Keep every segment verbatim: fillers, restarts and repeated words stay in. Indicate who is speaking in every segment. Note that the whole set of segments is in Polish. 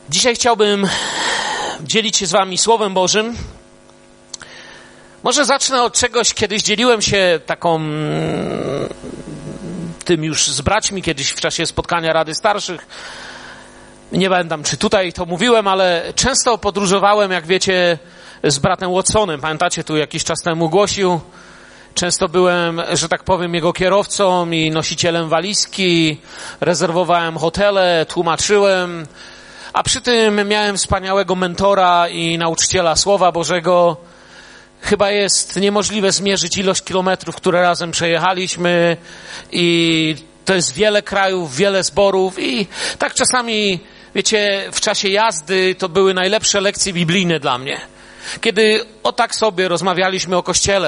Speaker 1: Dzisiaj chciałbym dzielić się z wami Słowem Bożym. Może zacznę od czegoś, kiedyś dzieliłem się taką, tym już z braćmi, kiedyś w czasie spotkania Rady Starszych. Nie pamiętam, czy tutaj to mówiłem, ale często podróżowałem, jak wiecie, z bratem Watsonem. Pamiętacie, tu jakiś czas temu głosił. Często byłem, że tak powiem, jego kierowcą i nosicielem walizki. Rezerwowałem hotele, tłumaczyłem. A przy tym miałem wspaniałego mentora i nauczyciela Słowa Bożego. Chyba jest niemożliwe zmierzyć ilość kilometrów, które razem przejechaliśmy i to jest wiele krajów, wiele zborów i tak czasami, wiecie, w czasie jazdy to były najlepsze lekcje biblijne dla mnie. Kiedy o tak sobie rozmawialiśmy o Kościele.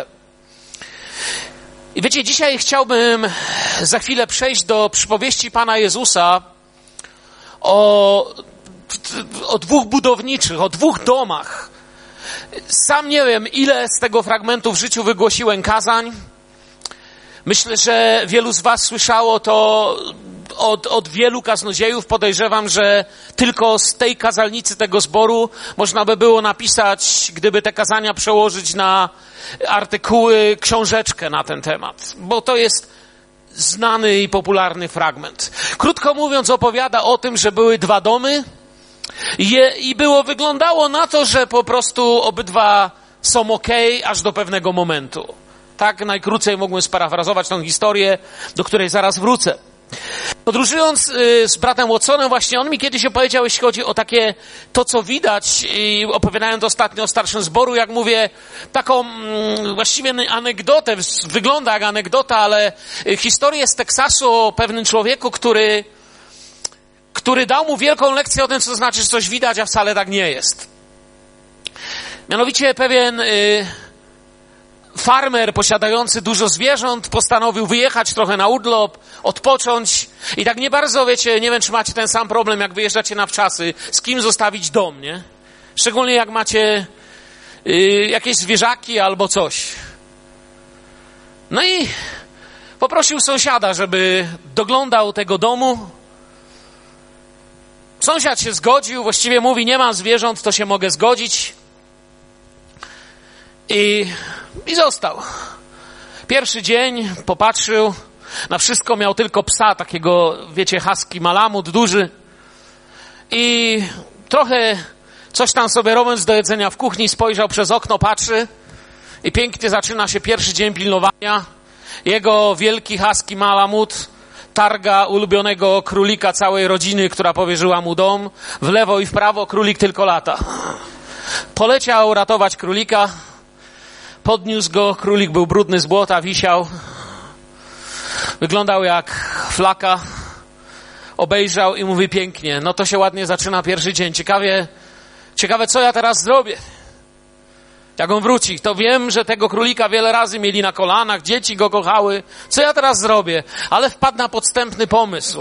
Speaker 1: I wiecie, dzisiaj chciałbym za chwilę przejść do przypowieści Pana Jezusa o, o dwóch budowniczych, o dwóch domach. Sam nie wiem, ile z tego fragmentu w życiu wygłosiłem kazań. Myślę, że wielu z was słyszało to od, od wielu kaznodziejów. Podejrzewam, że tylko z tej kazalnicy tego zboru można by było napisać, gdyby te kazania przełożyć na artykuły, książeczkę na ten temat. Bo to jest znany i popularny fragment. Krótko mówiąc, opowiada o tym, że były dwa domy. Je, I było, wyglądało na to, że po prostu obydwa są okej, aż do pewnego momentu. Tak najkrócej mogłem sparafrazować tą historię, do której zaraz wrócę. Podróżując y, z bratem Watsonem, właśnie on mi kiedyś opowiedział, jeśli chodzi o takie, to co widać, i opowiadając ostatnio o starszym zboru, jak mówię, taką mm, właściwie anegdotę, wygląda jak anegdota, ale y, historię z Teksasu o pewnym człowieku, który który dał mu wielką lekcję o tym, co to znaczy, że coś widać, a wcale tak nie jest. Mianowicie pewien y, farmer posiadający dużo zwierząt postanowił wyjechać trochę na urlop, odpocząć i tak nie bardzo, wiecie, nie wiem, czy macie ten sam problem, jak wyjeżdżacie na wczasy, z kim zostawić dom, nie? Szczególnie jak macie y, jakieś zwierzaki albo coś. No i poprosił sąsiada, żeby doglądał tego domu. Sąsiad się zgodził, właściwie mówi, nie mam zwierząt, to się mogę zgodzić. I, i został. Pierwszy dzień popatrzył, na wszystko miał tylko psa, takiego, wiecie, husky malamut, duży. I trochę coś tam sobie robiąc do jedzenia w kuchni, spojrzał przez okno, patrzy i pięknie zaczyna się pierwszy dzień pilnowania. Jego wielki husky malamut targa ulubionego królika całej rodziny, która powierzyła mu dom. W lewo i w prawo królik tylko lata. Poleciał ratować królika. Podniósł go. Królik był brudny z błota, wisiał. Wyglądał jak flaka. Obejrzał i mówi pięknie. No to się ładnie zaczyna pierwszy dzień. Ciekawie, ciekawe co ja teraz zrobię. Jak on wróci, to wiem, że tego królika wiele razy mieli na kolanach, dzieci go kochały. Co ja teraz zrobię? Ale wpadł na podstępny pomysł.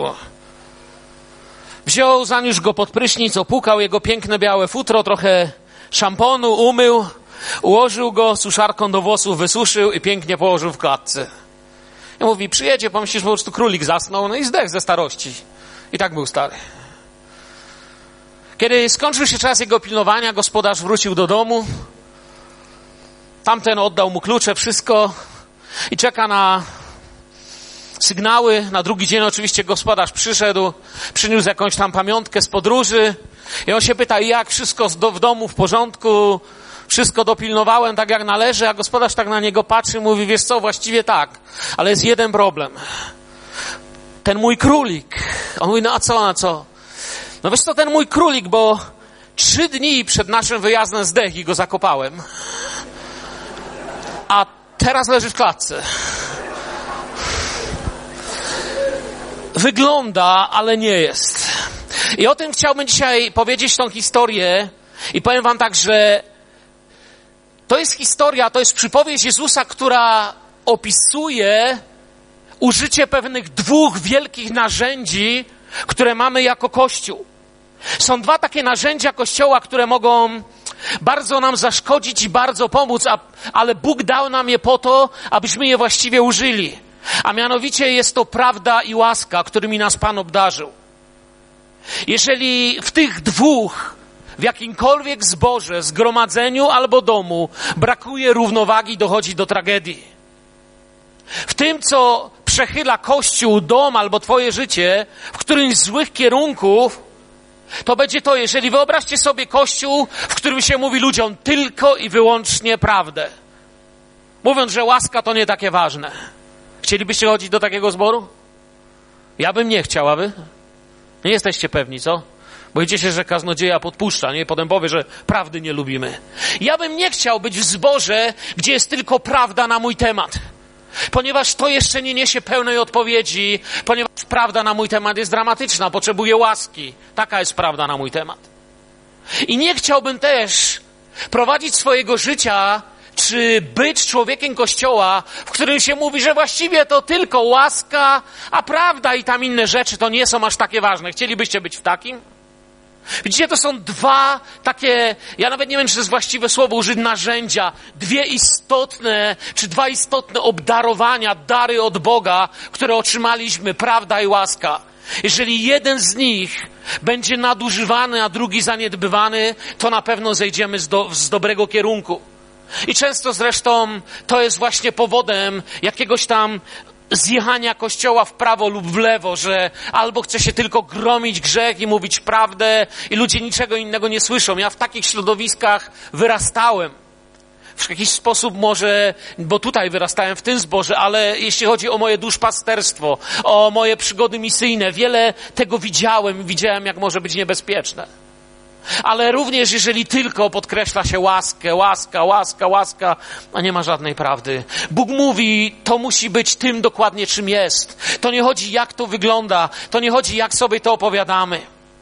Speaker 1: Wziął, zaniósł go pod prysznic, opłukał jego piękne białe futro, trochę szamponu, umył, ułożył go suszarką do włosów, wysuszył i pięknie położył w klatce. I mówi, przyjedzie, pomyślisz, po prostu królik zasnął, no i zdechł ze starości. I tak był stary. Kiedy skończył się czas jego pilnowania, gospodarz wrócił do domu. Tamten oddał mu klucze, wszystko i czeka na sygnały. Na drugi dzień oczywiście gospodarz przyszedł, przyniósł jakąś tam pamiątkę z podróży i on się pyta, jak wszystko w domu w porządku, wszystko dopilnowałem tak jak należy, a gospodarz tak na niego patrzy i mówi, wiesz co, właściwie tak, ale jest jeden problem. Ten mój królik. On mówi, no a co, na co? No wiesz co, ten mój królik, bo trzy dni przed naszym wyjazdem zdechł i go zakopałem. A teraz leży w klatce. Wygląda, ale nie jest. I o tym chciałbym dzisiaj powiedzieć tą historię i powiem wam tak, że to jest historia, to jest przypowieść Jezusa, która opisuje użycie pewnych dwóch wielkich narzędzi, które mamy jako Kościół. Są dwa takie narzędzia Kościoła, które mogą bardzo nam zaszkodzić i bardzo pomóc, a, ale Bóg dał nam je po to, abyśmy je właściwie użyli. A mianowicie jest to prawda i łaska, którymi nas Pan obdarzył. Jeżeli w tych dwóch, w jakimkolwiek zborze, zgromadzeniu albo domu brakuje równowagi, dochodzi do tragedii. W tym, co przechyla Kościół, dom albo twoje życie w którymś z złych kierunków, to będzie to, jeżeli wyobraźcie sobie Kościół, w którym się mówi ludziom tylko i wyłącznie prawdę. Mówiąc, że łaska to nie takie ważne. Chcielibyście chodzić do takiego zboru? Ja bym nie chciał, a wy? Nie jesteście pewni, co? Boicie się, że kaznodzieja podpuszcza, nie? Potem powie, że prawdy nie lubimy. Ja bym nie chciał być w zborze, gdzie jest tylko prawda na mój temat. Ponieważ to jeszcze nie niesie pełnej odpowiedzi, ponieważ prawda na mój temat jest dramatyczna, potrzebuję łaski. Taka jest prawda na mój temat. I nie chciałbym też prowadzić swojego życia, czy być człowiekiem Kościoła, w którym się mówi, że właściwie to tylko łaska, a prawda i tam inne rzeczy to nie są aż takie ważne. Chcielibyście być w takim? Widzicie, to są dwa takie, ja nawet nie wiem, czy to jest właściwe słowo użyć, narzędzia, dwie istotne, czy dwa istotne obdarowania, dary od Boga, które otrzymaliśmy, prawda i łaska. Jeżeli jeden z nich będzie nadużywany, a drugi zaniedbywany, to na pewno zejdziemy z, do, z dobrego kierunku. I często zresztą to jest właśnie powodem jakiegoś tam zjechania Kościoła w prawo lub w lewo, że albo chce się tylko gromić grzech i mówić prawdę i ludzie niczego innego nie słyszą. Ja w takich środowiskach wyrastałem. W jakiś sposób może, bo tutaj wyrastałem w tym zborze, ale jeśli chodzi o moje duszpasterstwo, o moje przygody misyjne, wiele tego widziałem i widziałem, jak może być niebezpieczne. Ale również jeżeli tylko podkreśla się łaskę, łaska, łaska, łaska, a nie ma żadnej prawdy. Bóg mówi, to musi być tym dokładnie, czym jest. To nie chodzi, jak to wygląda. To nie chodzi, jak sobie to opowiadamy.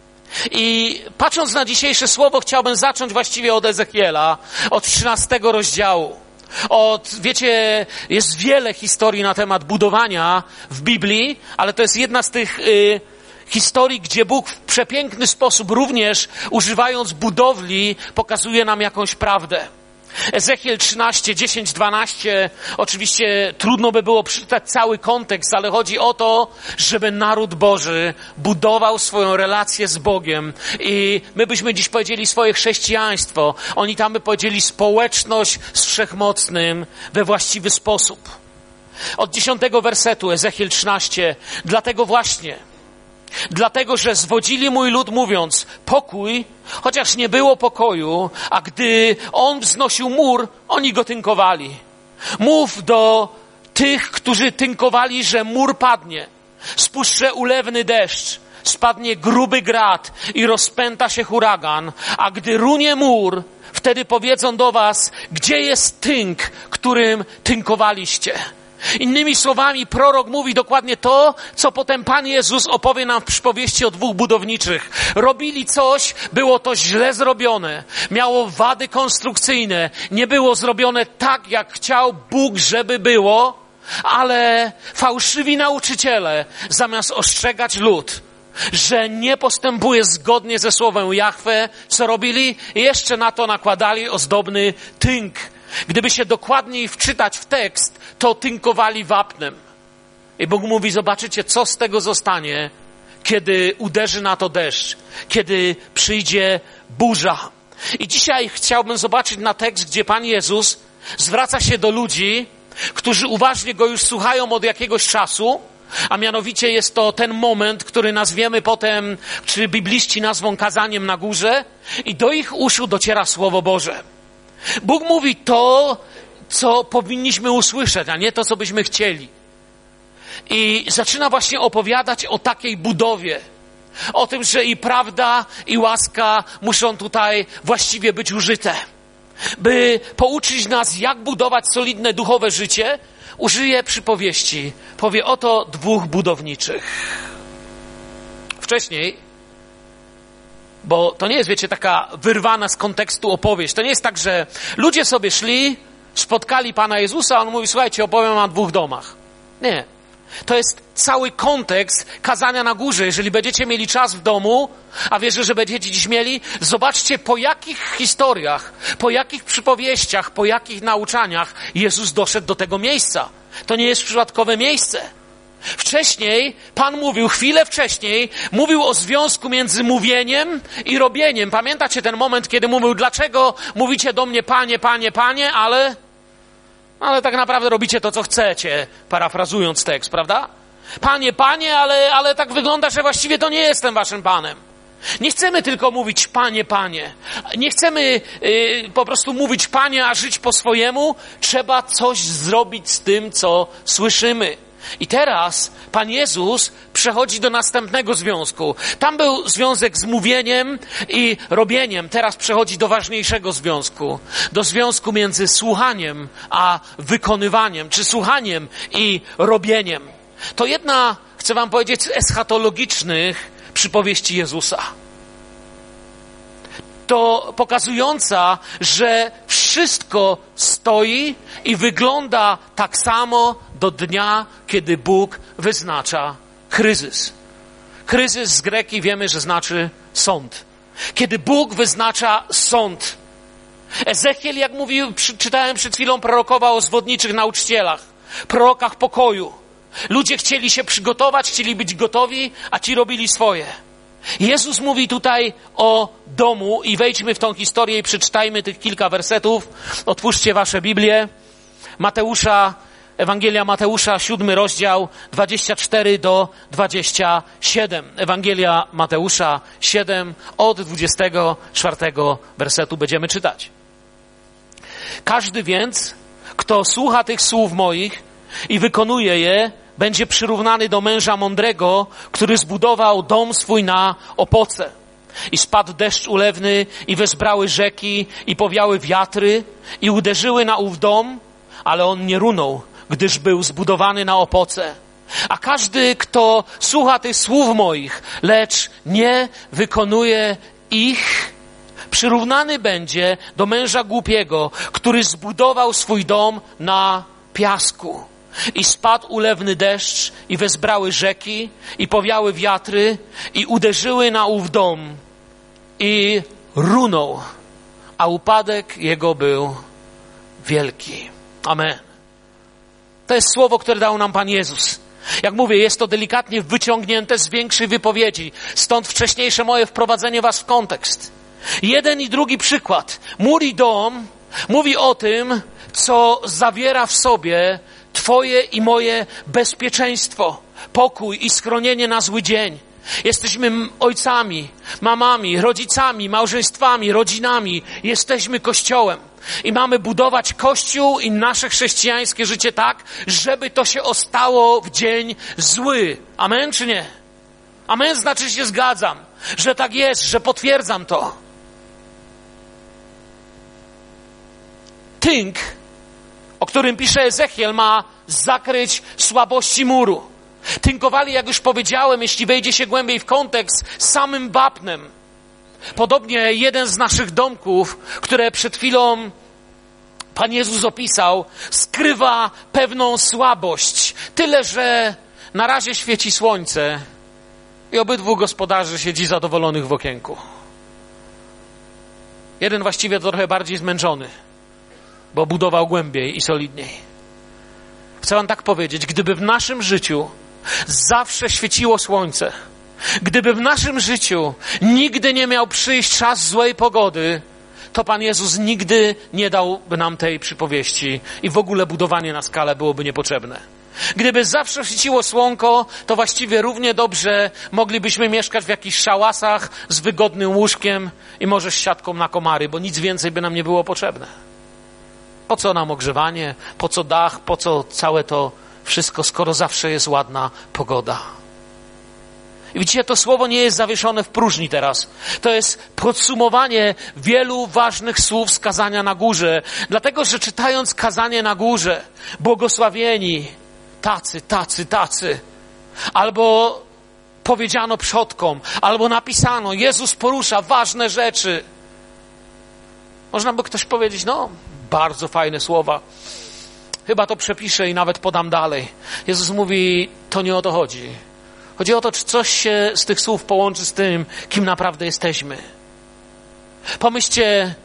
Speaker 1: I patrząc na dzisiejsze słowo, chciałbym zacząć właściwie od Ezechiela, od trzynastego rozdziału. Od, wiecie, jest wiele historii na temat budowania w Biblii, ale to jest jedna z tych y, historii, gdzie Bóg w przepiękny sposób, również używając budowli, pokazuje nam jakąś prawdę. Ezechiel trzynaście, dziesięć, dwanaście, oczywiście trudno by było przeczytać cały kontekst, ale chodzi o to, żeby naród Boży budował swoją relację z Bogiem i my byśmy dziś powiedzieli swoje chrześcijaństwo, oni tam by powiedzieli społeczność z Wszechmocnym we właściwy sposób. Od dziesiątego wersetu Ezechiel trzynaście, dlatego właśnie, dlatego, że zwodzili mój lud mówiąc pokój, chociaż nie było pokoju, a gdy on wznosił mur, oni go tynkowali. Mów do tych, którzy tynkowali, że mur padnie. Spuszczę ulewny deszcz, spadnie gruby grad i rozpęta się huragan, a gdy runie mur, wtedy powiedzą do was, gdzie jest tynk, którym tynkowaliście. Innymi słowami, prorok mówi dokładnie to, co potem Pan Jezus opowie nam w przypowieści o dwóch budowniczych. Robili coś, było to źle zrobione, miało wady konstrukcyjne, nie było zrobione tak, jak chciał Bóg, żeby było, ale fałszywi nauczyciele, zamiast ostrzegać lud, że nie postępuje zgodnie ze słowem Jahwe, co robili? Jeszcze na to nakładali ozdobny tynk. Gdyby się dokładniej wczytać w tekst, to tynkowali wapnem. I Bóg mówi, zobaczycie, co z tego zostanie, kiedy uderzy na to deszcz, kiedy przyjdzie burza. I dzisiaj chciałbym zobaczyć na tekst, gdzie Pan Jezus zwraca się do ludzi, którzy uważnie Go już słuchają od jakiegoś czasu, a mianowicie jest to ten moment, który nazwiemy potem, czy bibliści nazwą kazaniem na górze, i do ich uszu dociera Słowo Boże. Bóg mówi to, co powinniśmy usłyszeć, a nie to, co byśmy chcieli. I zaczyna właśnie opowiadać o takiej budowie. O tym, że i prawda, i łaska muszą tutaj właściwie być użyte. By pouczyć nas, jak budować solidne duchowe życie, użyje przypowieści. Powie oto dwóch budowniczych. Wcześniej, bo to nie jest, wiecie, taka wyrwana z kontekstu opowieść. To nie jest tak, że ludzie sobie szli, spotkali Pana Jezusa, a On mówi, słuchajcie, opowiem o dwóch domach. Nie. To jest cały kontekst kazania na górze. Jeżeli będziecie mieli czas w domu, a wierzę, że będziecie dziś mieli, zobaczcie, po jakich historiach, po jakich przypowieściach, po jakich nauczaniach Jezus doszedł do tego miejsca. To nie jest przypadkowe miejsce. Wcześniej Pan mówił, chwilę wcześniej, mówił o związku między mówieniem i robieniem. Pamiętacie ten moment, kiedy mówił, dlaczego mówicie do mnie Panie, Panie, Panie, ale, ale tak naprawdę robicie to, co chcecie, parafrazując tekst, prawda? Panie, Panie, ale, ale tak wygląda, że właściwie to nie jestem waszym Panem. Nie chcemy tylko mówić Panie, Panie. Nie chcemy yy, po prostu mówić Panie, a żyć po swojemu. Trzeba coś zrobić z tym, co słyszymy. I teraz Pan Jezus przechodzi do następnego związku. Tam był związek z mówieniem i robieniem. Teraz przechodzi do ważniejszego związku. Do związku między słuchaniem a wykonywaniem. Czy słuchaniem i robieniem. To jedna, chcę wam powiedzieć, z eschatologicznych przypowieści Jezusa. To pokazująca, że wszystko stoi i wygląda tak samo do dnia, kiedy Bóg wyznacza kryzys. Kryzys z greki wiemy, że znaczy sąd. Kiedy Bóg wyznacza sąd. Ezechiel, jak mówił, czytałem przed chwilą, prorokował o zwodniczych nauczycielach, prorokach pokoju. Ludzie chcieli się przygotować, chcieli być gotowi, a ci robili swoje. Jezus mówi tutaj o domu i wejdźmy w tą historię i przeczytajmy tych kilka wersetów. Otwórzcie wasze Biblię. Mateusza, Ewangelia Mateusza, siódmy rozdział, dwadzieścia cztery do dwudziestego siódmego. Ewangelia Mateusza siedem, od dwudziestego czwartego wersetu będziemy czytać. Każdy więc, kto słucha tych słów moich i wykonuje je, będzie przyrównany do męża mądrego, który zbudował dom swój na opoce. I spadł deszcz ulewny, i wezbrały rzeki, i powiały wiatry, i uderzyły na ów dom, ale on nie runął, gdyż był zbudowany na opoce. A każdy, kto słucha tych słów moich, lecz nie wykonuje ich, przyrównany będzie do męża głupiego, który zbudował swój dom na piasku. I spadł ulewny deszcz, i wezbrały rzeki, i powiały wiatry, i uderzyły na ów dom, i runął, a upadek jego był wielki. Amen. To jest słowo, które dał nam Pan Jezus. Jak mówię, jest to delikatnie wyciągnięte z większej wypowiedzi. Stąd wcześniejsze moje wprowadzenie was w kontekst. Jeden i drugi przykład. Mur i dom mówi o tym, co zawiera w sobie Twoje i moje bezpieczeństwo, pokój i schronienie na zły dzień. Jesteśmy ojcami, mamami, rodzicami, małżeństwami, rodzinami. Jesteśmy Kościołem. I mamy budować Kościół i nasze chrześcijańskie życie tak, żeby to się ostało w dzień zły. Amen czy nie? Amen znaczy się zgadzam, że tak jest, że potwierdzam to. Tynk, o którym pisze Ezechiel, ma zakryć słabości muru. Tynkowali, jak już powiedziałem, jeśli wejdzie się głębiej w kontekst, samym wapnem. Podobnie jeden z naszych domków, które przed chwilą Pan Jezus opisał, skrywa pewną słabość. Tyle, że na razie świeci słońce i obydwu gospodarzy siedzi zadowolonych w okienku. Jeden właściwie trochę bardziej zmęczony, bo budował głębiej i solidniej. Chcę wam tak powiedzieć, gdyby w naszym życiu zawsze świeciło słońce, gdyby w naszym życiu nigdy nie miał przyjść czas złej pogody, to Pan Jezus nigdy nie dałby nam tej przypowieści i w ogóle budowanie na skalę byłoby niepotrzebne. Gdyby zawsze świeciło słonko, to właściwie równie dobrze moglibyśmy mieszkać w jakichś szałasach z wygodnym łóżkiem i może z siatką na komary, bo nic więcej by nam nie było potrzebne. Po co nam ogrzewanie, po co dach, po co całe to wszystko, skoro zawsze jest ładna pogoda. I widzicie, to słowo nie jest zawieszone w próżni teraz. To jest podsumowanie wielu ważnych słów z kazania na górze. Dlatego, że czytając kazanie na górze, błogosławieni, tacy, tacy, tacy, albo powiedziano przodkom, albo napisano, Jezus porusza ważne rzeczy. Można by ktoś powiedzieć, no, bardzo fajne słowa. Chyba to przepiszę i nawet podam dalej. Jezus mówi, to nie o to chodzi. Chodzi o to, czy coś się z tych słów połączy z tym, kim naprawdę jesteśmy. Pomyślcie,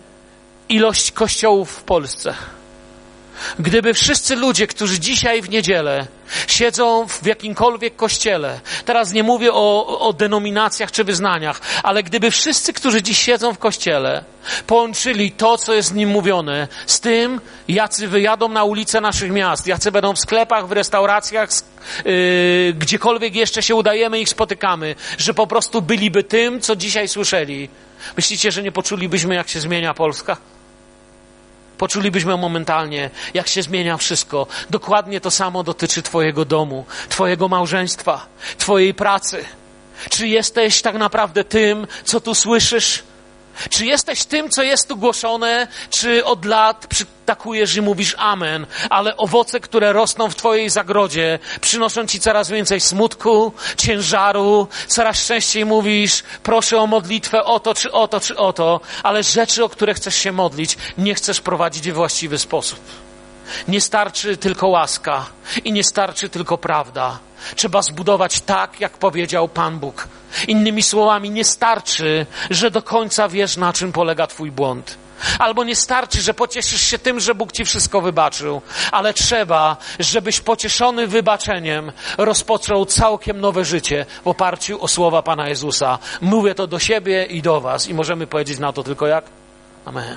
Speaker 1: ilość kościołów w Polsce. Gdyby wszyscy ludzie, którzy dzisiaj w niedzielę siedzą w jakimkolwiek kościele. Teraz nie mówię o, o denominacjach czy wyznaniach, ale gdyby wszyscy, którzy dziś siedzą w kościele, połączyli to, co jest w nim mówione, z tym, jacy wyjadą na ulice naszych miast, jacy będą w sklepach, w restauracjach, yy, gdziekolwiek jeszcze się udajemy, ich spotykamy, że po prostu byliby tym, co dzisiaj słyszeli. Myślicie, że nie poczulibyśmy, jak się zmienia Polska? Poczulibyśmy momentalnie, jak się zmienia wszystko. Dokładnie to samo dotyczy twojego domu, twojego małżeństwa, twojej pracy. Czy jesteś tak naprawdę tym, co tu słyszysz? Czy jesteś tym, co jest tu głoszone? Czy od lat przytakujesz i mówisz amen, ale owoce, które rosną w twojej zagrodzie, przynoszą ci coraz więcej smutku, ciężaru, coraz częściej mówisz, proszę o modlitwę o to, czy o to, czy o to, ale rzeczy, o które chcesz się modlić, nie chcesz prowadzić w właściwy sposób. Nie starczy tylko łaska i nie starczy tylko prawda. Trzeba zbudować tak, jak powiedział Pan Bóg. Innymi słowami, nie starczy, że do końca wiesz, na czym polega twój błąd. Albo nie starczy, że pocieszysz się tym, że Bóg ci wszystko wybaczył. Ale trzeba, żebyś pocieszony wybaczeniem rozpoczął całkiem nowe życie w oparciu o słowa Pana Jezusa. Mówię to do siebie i do was i możemy powiedzieć na to tylko jak? Amen.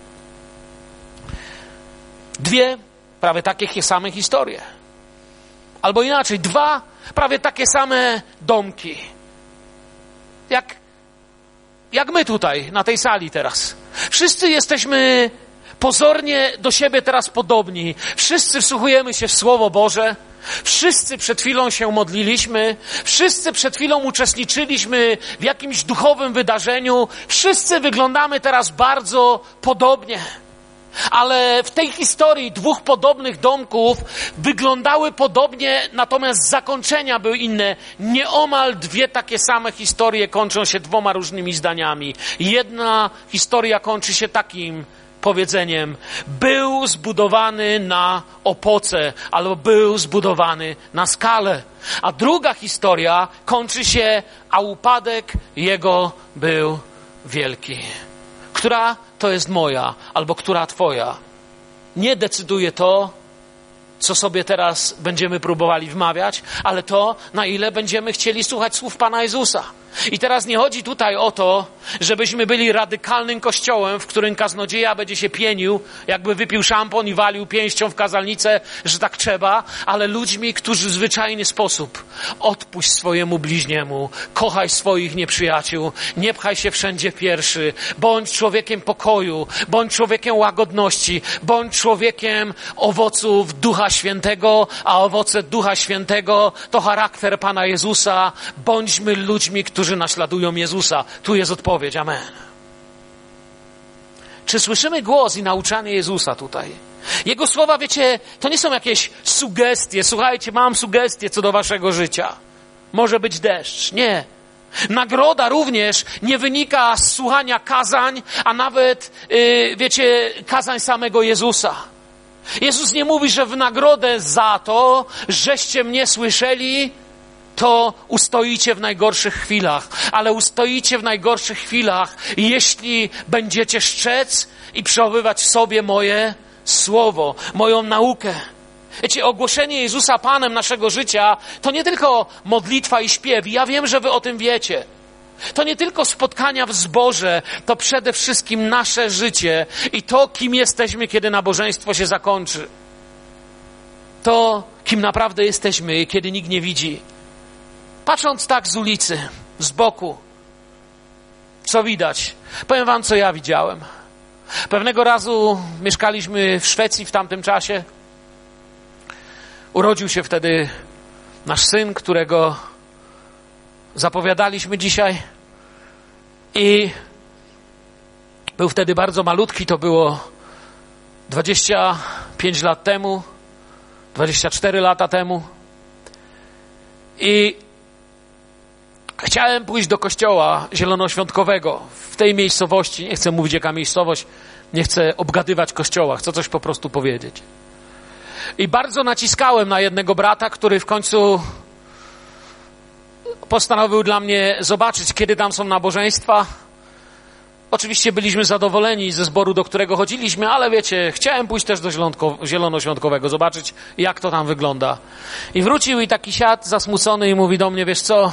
Speaker 1: Dwie prawie takie same historie. Albo inaczej, dwa prawie takie same domki. Jak, jak my tutaj, na tej sali teraz. Wszyscy jesteśmy pozornie do siebie teraz podobni. Wszyscy wsłuchujemy się w Słowo Boże. Wszyscy przed chwilą się modliliśmy. Wszyscy przed chwilą uczestniczyliśmy w jakimś duchowym wydarzeniu. Wszyscy wyglądamy teraz bardzo podobnie. Ale w tej historii dwóch podobnych domków wyglądały podobnie, natomiast zakończenia były inne. Nieomal dwie takie same historie kończą się dwoma różnymi zdaniami. Jedna historia kończy się takim powiedzeniem: był zbudowany na opoce, albo był zbudowany na skale. A druga historia kończy się: a upadek jego był wielki. Która to jest moja, albo która twoja? Nie decyduje to, co sobie teraz będziemy próbowali wmawiać, ale to, na ile będziemy chcieli słuchać słów Pana Jezusa. I teraz nie chodzi tutaj o to, żebyśmy byli radykalnym kościołem, w którym kaznodzieja będzie się pienił, jakby wypił szampon i walił pięścią w kazalnicę, że tak trzeba, ale ludźmi, którzy w zwyczajny sposób: odpuść swojemu bliźniemu, kochaj swoich nieprzyjaciół, nie pchaj się wszędzie pierwszy, bądź człowiekiem pokoju, bądź człowiekiem łagodności, bądź człowiekiem owoców Ducha Świętego, a owoce Ducha Świętego to charakter Pana Jezusa. Bądźmy ludźmi, którzy którzy naśladują Jezusa. Tu jest odpowiedź. Amen. Czy słyszymy głos i nauczanie Jezusa tutaj? Jego słowa, wiecie, to nie są jakieś sugestie. Słuchajcie, mam sugestie co do waszego życia. Może być deszcz. Nie. Nagroda również nie wynika z słuchania kazań, a nawet, yy, wiecie, kazań samego Jezusa. Jezus nie mówi, że w nagrodę za to, żeście mnie słyszeli, to ustoicie w najgorszych chwilach, ale ustoicie w najgorszych chwilach, jeśli będziecie strzec i przechowywać w sobie moje słowo, moją naukę. Wiecie, ogłoszenie Jezusa Panem naszego życia to nie tylko modlitwa i śpiew. Ja wiem, że wy o tym wiecie. To nie tylko spotkania w zborze, to przede wszystkim nasze życie i to, kim jesteśmy, kiedy nabożeństwo się zakończy. To, kim naprawdę jesteśmy, kiedy nikt nie widzi. Patrząc tak z ulicy, z boku, co widać? Powiem wam, co ja widziałem. Pewnego razu mieszkaliśmy w Szwecji w tamtym czasie. Urodził się wtedy nasz syn, którego zapowiadaliśmy dzisiaj. I był wtedy bardzo malutki, to było dwadzieścia pięć lat temu, dwadzieścia cztery lata temu. I chciałem pójść do kościoła zielonoświątkowego w tej miejscowości. Nie chcę mówić, jaka miejscowość, nie chcę obgadywać kościoła, chcę coś po prostu powiedzieć. I bardzo naciskałem na jednego brata, który w końcu postanowił dla mnie zobaczyć, kiedy tam są nabożeństwa. Oczywiście byliśmy zadowoleni ze zboru, do którego chodziliśmy, ale wiecie, chciałem pójść też do zielonoświątkowego, zobaczyć, jak to tam wygląda. I wrócił i taki siadł zasmucony i mówi do mnie, wiesz co,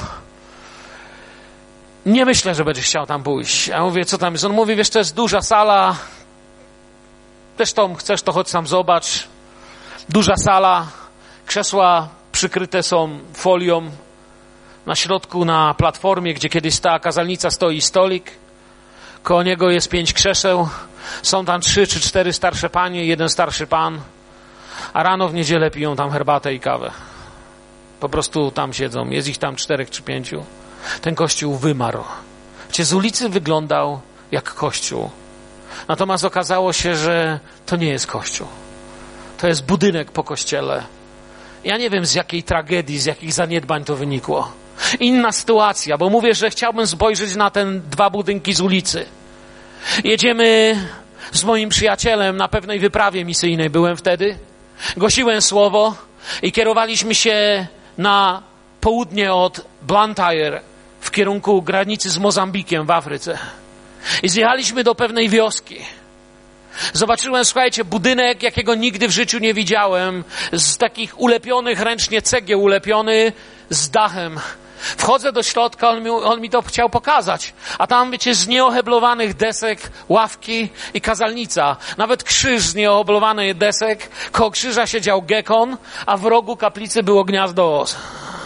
Speaker 1: nie myślę, że będziesz chciał tam pójść. A ja mówię, co tam jest? On mówi, wiesz, to jest duża sala, zresztą chcesz, to chodź sam zobacz. Duża sala, krzesła przykryte są folią, na środku na platformie, gdzie kiedyś stała kazalnica, stoi stolik. Koło niego jest pięć krzeseł. Są tam trzy czy cztery starsze panie i jeden starszy pan. A rano w niedzielę piją tam herbatę i kawę. Po prostu tam siedzą. Jest ich tam czterech czy pięciu. Ten kościół wymarł. Gdzie z ulicy wyglądał jak kościół. Natomiast okazało się, że to nie jest kościół. To jest budynek po kościele. Ja nie wiem, z jakiej tragedii, z jakich zaniedbań to wynikło. Inna sytuacja, bo mówię, że chciałbym spojrzeć na te dwa budynki z ulicy. Jedziemy z moim przyjacielem na pewnej wyprawie misyjnej, byłem wtedy. Głosiłem słowo i kierowaliśmy się na południe od Blantyre w kierunku granicy z Mozambikiem w Afryce. I zjechaliśmy do pewnej wioski. Zobaczyłem, słuchajcie, budynek, jakiego nigdy w życiu nie widziałem, z takich ulepionych, ręcznie cegieł ulepiony, z dachem. Wchodzę do środka, on mi, on mi to chciał pokazać. A tam, wiecie, z nieoheblowanych desek, ławki i kazalnica. Nawet krzyż z nieoheblowanych desek. Koło krzyża siedział gekon, a w rogu kaplicy było gniazdo os.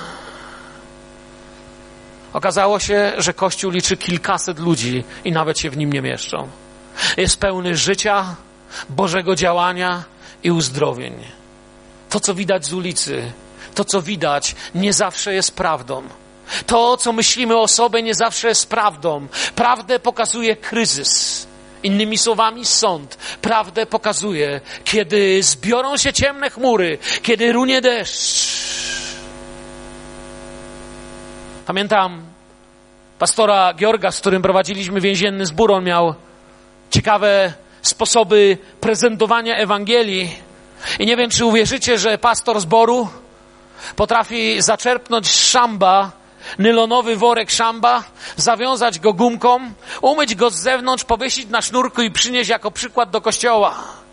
Speaker 1: Okazało się, że Kościół liczy kilkaset ludzi i nawet się w nim nie mieszczą. Jest pełny życia, Bożego działania i uzdrowień. To, co widać z ulicy, to, co widać, nie zawsze jest prawdą. To, co myślimy o sobie, nie zawsze jest prawdą. Prawdę pokazuje kryzys. Innymi słowami sąd. Prawdę pokazuje, kiedy zbiorą się ciemne chmury, kiedy runie deszcz. Pamiętam pastora Georga, z którym prowadziliśmy więzienny zbór. On miał ciekawe sposoby prezentowania Ewangelii. I nie wiem, czy uwierzycie, że pastor zboru potrafi zaczerpnąć z szamba, nylonowy worek szamba, zawiązać go gumką, umyć go z zewnątrz, powiesić na sznurku i przynieść jako przykład do kościoła.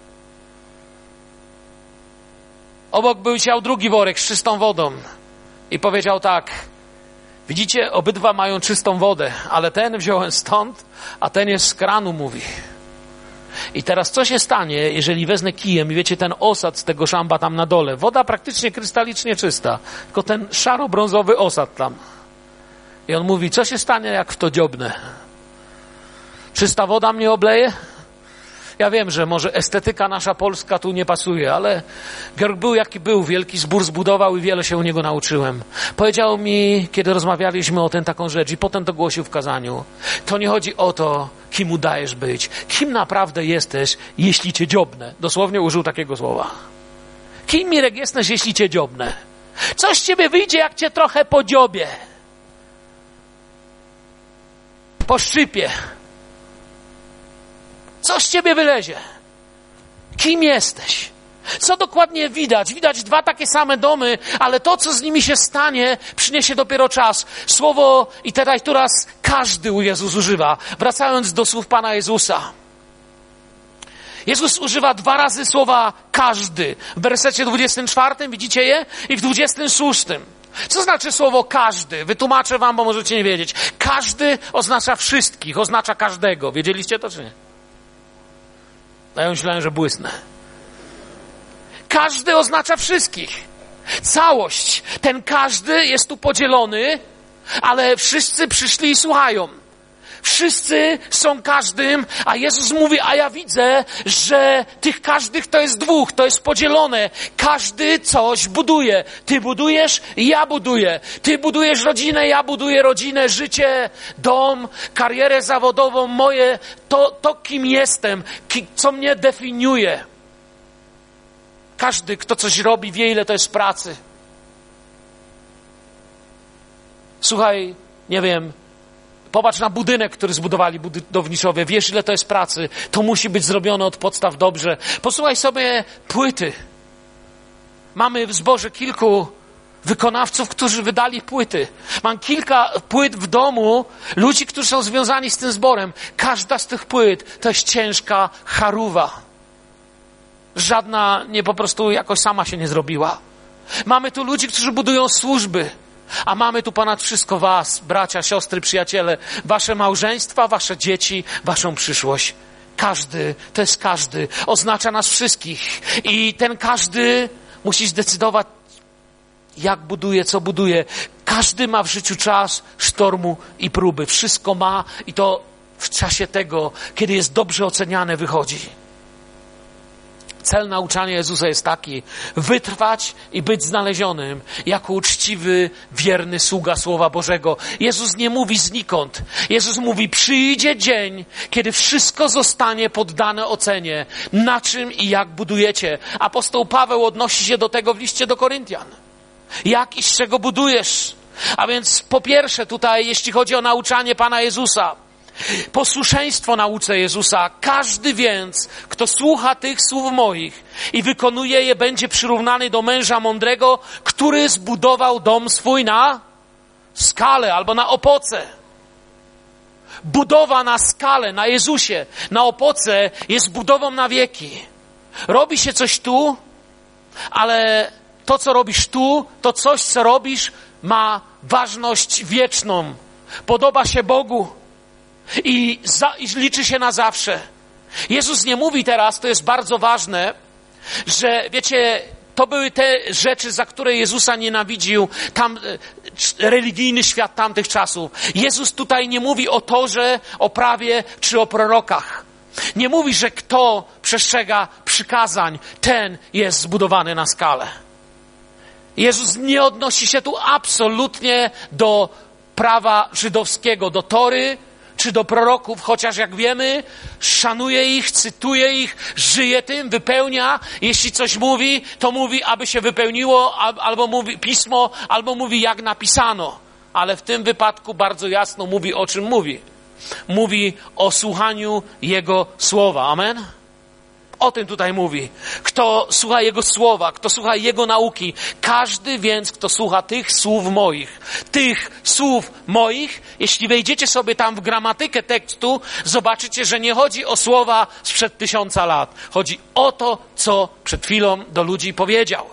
Speaker 1: Obok był siał drugi worek z czystą wodą i powiedział tak: widzicie, obydwa mają czystą wodę, ale ten wziąłem stąd, a ten jest z kranu, mówi. I teraz co się stanie, jeżeli wezmę kijem i wiecie, ten osad z tego szamba tam na dole, woda praktycznie krystalicznie czysta, tylko ten szaro-brązowy osad tam. I on mówi, co się stanie, jak w to dziobnę? Czysta woda mnie obleje? Ja wiem, że może estetyka nasza polska tu nie pasuje, ale Georg był jaki był, wielki zbór zbudował i wiele się u niego nauczyłem. Powiedział mi, kiedy rozmawialiśmy o tym, taką rzecz i potem to głosił w kazaniu. To nie chodzi o to, kim udajesz być, kim naprawdę jesteś, jeśli cię dziobnę. Dosłownie użył takiego słowa. Kim, Mirek, jesteś, jeśli cię dziobnę? Coś z ciebie wyjdzie, jak cię trochę podziobie. Poszczypie. Co z ciebie wylezie? Kim jesteś? Co dokładnie widać? Widać dwa takie same domy, ale to, co z nimi się stanie, przyniesie dopiero czas. Słowo i teraz tu raz każdy u Jezus używa. Wracając do słów Pana Jezusa. Jezus używa dwa razy słowa każdy. W wersecie dwudziestym czwartym, widzicie je? I w dwudziestym szóstym. Co znaczy słowo każdy? Wytłumaczę wam, bo możecie nie wiedzieć. Każdy oznacza wszystkich, oznacza każdego. Wiedzieliście to, czy nie? A ja myślałem, że błysnę. Każdy oznacza wszystkich. Całość. Ten każdy jest tu podzielony, ale wszyscy przyszli i słuchają. Wszyscy są każdym, a Jezus mówi, a ja widzę, że tych każdych to jest dwóch, to jest podzielone. Każdy coś buduje. Ty budujesz, ja buduję. Ty budujesz rodzinę, ja buduję rodzinę, życie, dom, karierę zawodową, moje, to, to kim jestem, ki, co mnie definiuje. Każdy, kto coś robi, wie, ile to jest pracy. Słuchaj, nie wiem, popatrz na budynek, który zbudowali budowniczowie. Wiesz, ile to jest pracy. To musi być zrobione od podstaw dobrze. Posłuchaj sobie płyty. Mamy w zborze kilku wykonawców, którzy wydali płyty. Mam kilka płyt w domu, ludzi, którzy są związani z tym zborem. Każda z tych płyt to jest ciężka charuwa. Żadna nie po prostu jakoś sama się nie zrobiła. Mamy tu ludzi, którzy budują służby, a mamy tu ponad wszystko was, bracia, siostry, przyjaciele, wasze małżeństwa, wasze dzieci, waszą przyszłość. Każdy, to jest każdy, oznacza nas wszystkich. I ten każdy musi zdecydować, jak buduje, co buduje. Każdy ma w życiu czas sztormu i próby. Wszystko ma i to w czasie tego, kiedy jest dobrze oceniane, wychodzi. Cel nauczania Jezusa jest taki: wytrwać i być znalezionym jako uczciwy, wierny sługa Słowa Bożego. Jezus nie mówi znikąd. Jezus mówi, przyjdzie dzień, kiedy wszystko zostanie poddane ocenie, na czym i jak budujecie. Apostoł Paweł odnosi się do tego w liście do Koryntian. Jak i z czego budujesz? A więc po pierwsze tutaj, jeśli chodzi o nauczanie Pana Jezusa, posłuszeństwo nauce Jezusa. Każdy więc, kto słucha tych słów moich i wykonuje je, będzie przyrównany do męża mądrego, który zbudował dom swój na skale albo na opoce. Budowa na skale, na Jezusie, na opoce jest budową na wieki. Robi się coś tu, ale to, co robisz tu, to coś, co robisz, ma ważność wieczną. Podoba się Bogu. I, za, I liczy się na zawsze. Jezus nie mówi teraz, to jest bardzo ważne, że wiecie, to były te rzeczy, za które Jezusa nienawidził tam religijny świat tamtych czasów. Jezus tutaj nie mówi o torze, o prawie czy o prorokach. Nie mówi, że kto przestrzega przykazań, ten jest zbudowany na skalę. Jezus nie odnosi się tu absolutnie do prawa żydowskiego, do tory, czy do proroków, chociaż jak wiemy, szanuje ich, cytuje ich, żyje tym, wypełnia. Jeśli coś mówi, to mówi, aby się wypełniło, albo mówi pismo, albo mówi, jak napisano. Ale w tym wypadku bardzo jasno mówi, o czym mówi. Mówi o słuchaniu Jego słowa. Amen? O tym tutaj mówi. Kto słucha Jego słowa, kto słucha Jego nauki, każdy więc, kto słucha tych słów moich, tych słów moich, jeśli wejdziecie sobie tam w gramatykę tekstu, zobaczycie, że nie chodzi o słowa sprzed tysiąca lat. Chodzi o to, co przed chwilą do ludzi powiedział.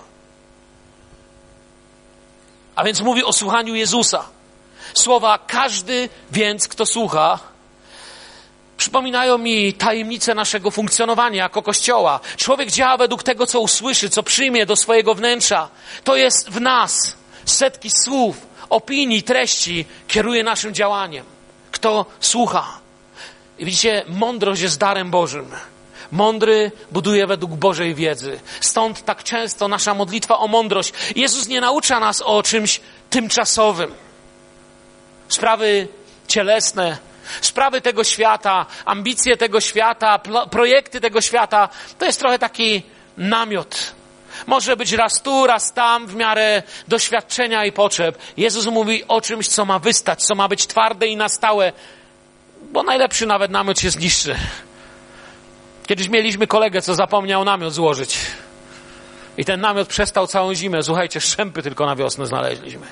Speaker 1: A więc mówi o słuchaniu Jezusa. Słowa każdy więc, kto słucha, przypominają mi tajemnicę naszego funkcjonowania jako Kościoła. Człowiek działa według tego, co usłyszy, co przyjmie do swojego wnętrza. To jest w nas. Setki słów, opinii, treści kieruje naszym działaniem. Kto słucha. I widzicie, mądrość jest darem Bożym. Mądry buduje według Bożej wiedzy. Stąd tak często nasza modlitwa o mądrość. Jezus nie naucza nas o czymś tymczasowym. Sprawy cielesne, sprawy tego świata, ambicje tego świata, pl- projekty tego świata, to jest trochę taki namiot. Może być raz tu, raz tam, w miarę doświadczenia i potrzeb. Jezus mówi o czymś, co ma wystać, co ma być twarde i na stałe, bo najlepszy nawet namiot się zniszczy. Kiedyś mieliśmy kolegę, co zapomniał namiot złożyć. I ten namiot przestał całą zimę. Słuchajcie, szczępy tylko na wiosnę znaleźliśmy.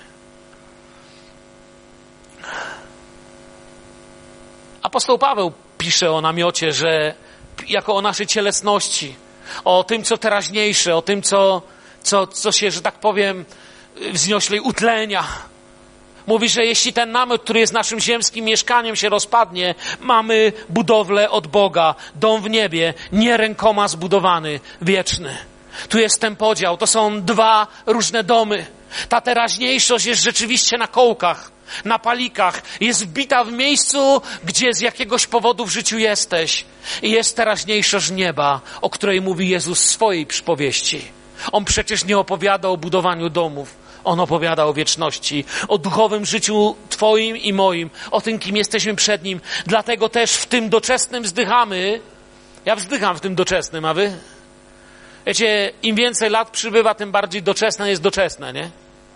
Speaker 1: Apostoł Paweł pisze o namiocie, że jako o naszej cielesności, o tym, co teraźniejsze, o tym, co, co, co się, że tak powiem, wznioślej utlenia. Mówi, że jeśli ten namiot, który jest naszym ziemskim mieszkaniem, się rozpadnie, mamy budowlę od Boga, dom w niebie, nie rękoma zbudowany, wieczny. Tu jest ten podział, to są dwa różne domy. Ta teraźniejszość jest rzeczywiście na kołkach, na palikach, jest wbita w miejscu, gdzie z jakiegoś powodu w życiu jesteś. I jest teraźniejszość nieba, o której mówi Jezus w swojej przypowieści. On przecież nie opowiada o budowaniu domów. On opowiada o wieczności, o duchowym życiu Twoim i moim, o tym, kim jesteśmy przed Nim. Dlatego też w tym doczesnym wzdychamy. Ja wzdycham w tym doczesnym, a Wy? Wiecie, im więcej lat przybywa, tym bardziej doczesne jest doczesne, nie?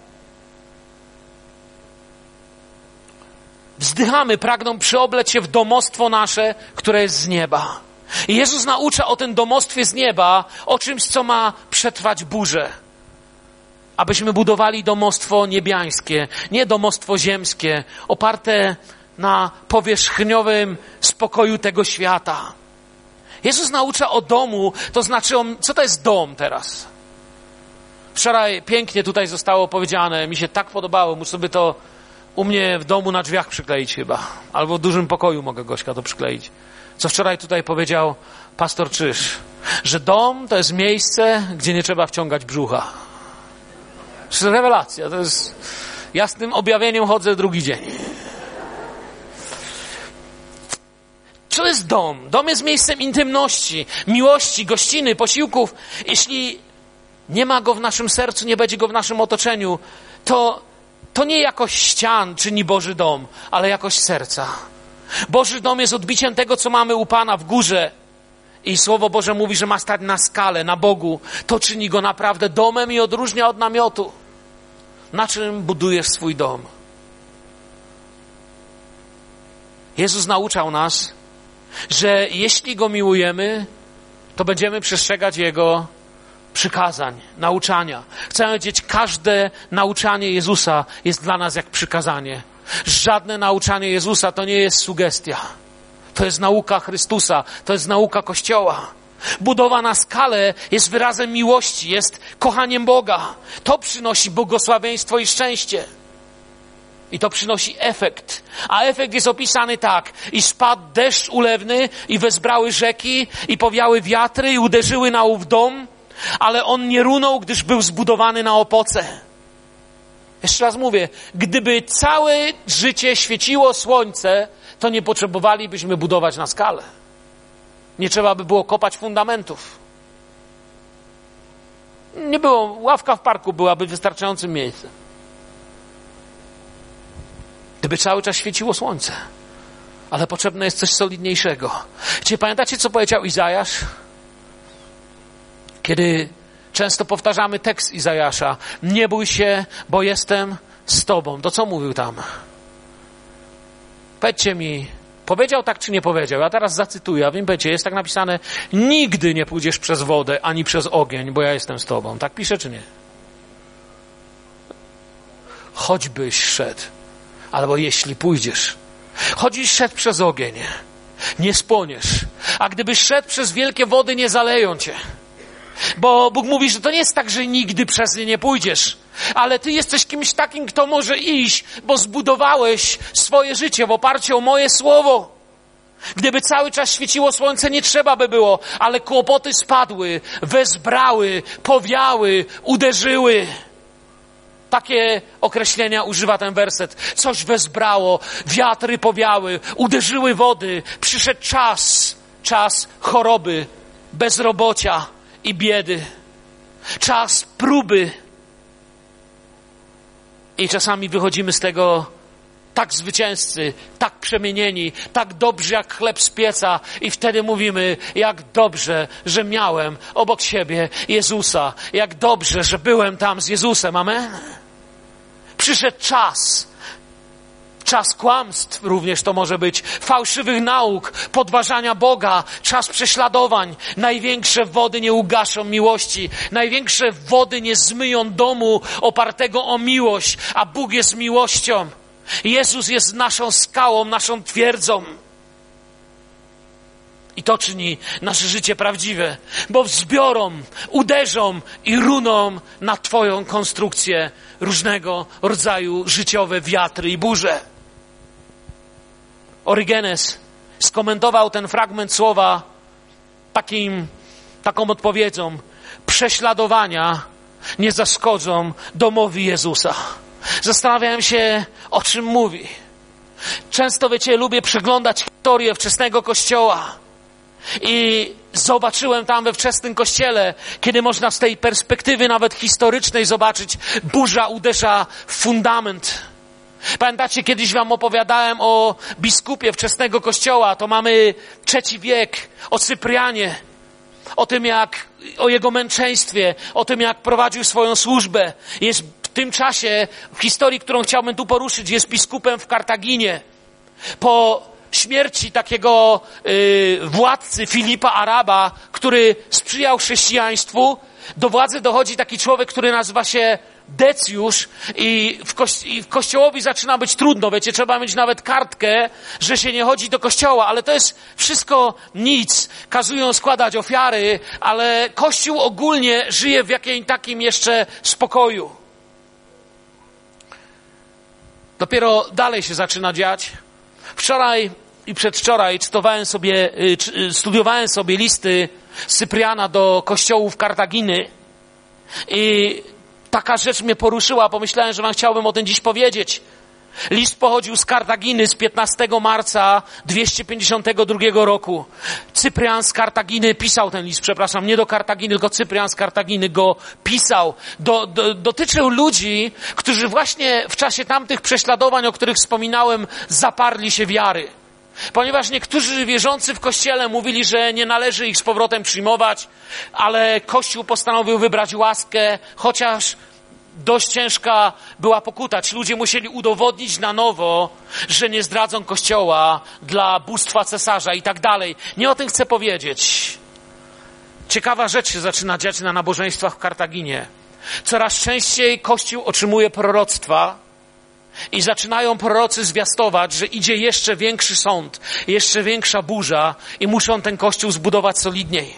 Speaker 1: Wzdychamy, pragną przyobleć się w domostwo nasze, które jest z nieba. I Jezus naucza o tym domostwie z nieba, o czymś, co ma przetrwać burzę. abyśmy budowali domostwo niebiańskie, nie domostwo ziemskie, oparte na powierzchniowym spokoju tego świata. Jezus naucza o domu, to znaczy, on, co to jest dom teraz? Wczoraj pięknie tutaj zostało powiedziane, mi się tak podobało, muszę sobie to u mnie w domu na drzwiach przykleić chyba, albo w dużym pokoju mogę Gośka to przykleić. Co wczoraj tutaj powiedział pastor Czyż, że dom to jest miejsce, gdzie nie trzeba wciągać brzucha. To jest rewelacja, to jest... Ja z tym objawieniem chodzę drugi dzień. Co jest dom? Dom jest miejscem intymności, miłości, gościny, posiłków. Jeśli nie ma go w naszym sercu, nie będzie go w naszym otoczeniu, to, to nie jakość ścian czyni Boży dom, ale jakość serca. Boży dom jest odbiciem tego, co mamy u Pana w górze. I Słowo Boże mówi, że ma stać na skale, na Bogu. To czyni go naprawdę domem i odróżnia od namiotu. Na czym budujesz swój dom? Jezus nauczał nas, że jeśli Go miłujemy, to będziemy przestrzegać Jego przykazań, nauczania. Chcemy wiedzieć, każde nauczanie Jezusa jest dla nas jak przykazanie. Żadne nauczanie Jezusa to nie jest sugestia. To jest nauka Chrystusa, to jest nauka Kościoła. Budowa na skalę jest wyrazem miłości, jest kochaniem Boga. To przynosi błogosławieństwo i szczęście. I to przynosi efekt. A efekt jest opisany tak. I spadł deszcz ulewny i wezbrały rzeki i powiały wiatry i uderzyły na ów dom, ale on nie runął, gdyż był zbudowany na opoce. Jeszcze raz mówię, gdyby całe życie świeciło słońce, to nie potrzebowalibyśmy budować na skalę. Nie trzeba by było kopać fundamentów. Nie było, ławka w parku byłaby wystarczającym miejscem. Gdyby cały czas świeciło słońce. Ale potrzebne jest coś solidniejszego. Czy pamiętacie, co powiedział Izajasz? Kiedy często powtarzamy tekst Izajasza. Nie bój się, bo jestem z Tobą. To co mówił tam? Powiedzcie mi, powiedział tak czy nie powiedział? Ja teraz zacytuję, a wy mi powiecie, jest tak napisane: nigdy nie pójdziesz przez wodę, ani przez ogień, bo ja jestem z Tobą. Tak pisze czy nie? Choćbyś szedł, albo jeśli pójdziesz, choćbyś szedł przez ogień, nie spłoniesz. A gdybyś szedł przez wielkie wody, nie zaleją cię. Bo Bóg mówi, że to nie jest tak, że nigdy przez nie nie pójdziesz, ale ty jesteś kimś takim, kto może iść, bo zbudowałeś swoje życie w oparciu o moje słowo. Gdyby cały czas świeciło słońce, nie trzeba by było, ale kłopoty spadły, wezbrały, powiały, uderzyły. Takie określenia używa ten werset. Coś wezbrało, wiatry powiały, uderzyły wody, przyszedł czas, czas choroby, bezrobocia i biedy. Czas próby. I czasami wychodzimy z tego tak zwycięzcy, tak przemienieni, tak dobrzy jak chleb z pieca i wtedy mówimy, jak dobrze, że miałem obok siebie Jezusa. Jak dobrze, że byłem tam z Jezusem. Amen? Przyszedł czas. Czas kłamstw również to może być, fałszywych nauk, podważania Boga, czas prześladowań. Największe wody nie ugaszą miłości, największe wody nie zmyją domu opartego o miłość, a Bóg jest miłością. Jezus jest naszą skałą, naszą twierdzą. I to czyni nasze życie prawdziwe, bo wzbiorą, uderzą i runą na Twoją konstrukcję różnego rodzaju życiowe wiatry i burze. Orygenes skomentował ten fragment słowa takim, taką odpowiedzią: prześladowania nie zaszkodzą domowi Jezusa. Zastanawiałem się, o czym mówi. Często, wiecie, lubię przeglądać historię wczesnego Kościoła. I zobaczyłem tam we wczesnym Kościele, kiedy można z tej perspektywy nawet historycznej zobaczyć, burza uderza w fundament. Pamiętacie, kiedyś wam opowiadałem o biskupie wczesnego Kościoła, to mamy trzeci wiek, o Cyprianie, o tym jak, o jego męczeństwie, o tym jak prowadził swoją służbę. Jest w tym czasie, w historii, którą chciałbym tu poruszyć, jest biskupem w Kartaginie. Po śmierci takiego y, władcy Filipa Araba, który sprzyjał chrześcijaństwu, do władzy dochodzi taki człowiek, który nazywa się decjusz i w, kości- i w kościołowi zaczyna być trudno. Wiecie, trzeba mieć nawet kartkę, że się nie chodzi do kościoła, ale to jest wszystko nic. Kazują składać ofiary, ale Kościół ogólnie żyje w jakimś takim jeszcze spokoju. Dopiero dalej się zaczyna dziać. Wczoraj i przedwczoraj czytowałem sobie, studiowałem sobie listy Cypriana do kościołów Kartaginy i taka rzecz mnie poruszyła. Pomyślałem, że wam chciałbym o tym dziś powiedzieć. List pochodził z Kartaginy z piętnastego marca dwieście pięćdziesiątego drugiego roku. Cyprian z Kartaginy pisał ten list, przepraszam, nie do Kartaginy, tylko Cyprian z Kartaginy go pisał. Do, do, dotyczył ludzi, którzy właśnie w czasie tamtych prześladowań, o których wspominałem, zaparli się wiary. Ponieważ niektórzy wierzący w Kościele mówili, że nie należy ich z powrotem przyjmować, ale Kościół postanowił wybrać łaskę, chociaż dość ciężka była pokuta. Ci ludzie musieli udowodnić na nowo, że nie zdradzą Kościoła dla bóstwa cesarza i tak dalej. Nie o tym chcę powiedzieć. Ciekawa rzecz się zaczyna dziać na nabożeństwach w Kartaginie. Coraz częściej Kościół otrzymuje proroctwa i zaczynają prorocy zwiastować, że idzie jeszcze większy sąd, jeszcze większa burza i muszą ten Kościół zbudować solidniej.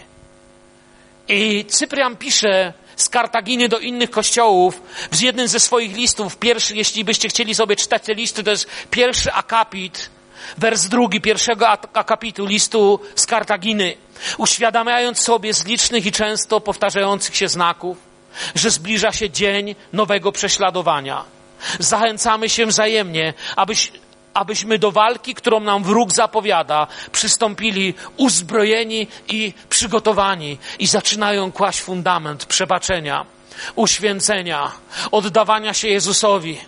Speaker 1: I Cyprian pisze z Kartaginy do innych kościołów w jednym ze swoich listów. Pierwszy, jeśli byście chcieli sobie czytać te listy, to jest pierwszy akapit, wers drugi pierwszego akapitu listu z Kartaginy. Uświadamiając sobie z licznych i często powtarzających się znaków, że zbliża się dzień nowego prześladowania. Zachęcamy się wzajemnie, abyś, abyśmy do walki, którą nam wróg zapowiada, przystąpili uzbrojeni i przygotowani i zaczynają kłaść fundament przebaczenia, uświęcenia, oddawania się Jezusowi.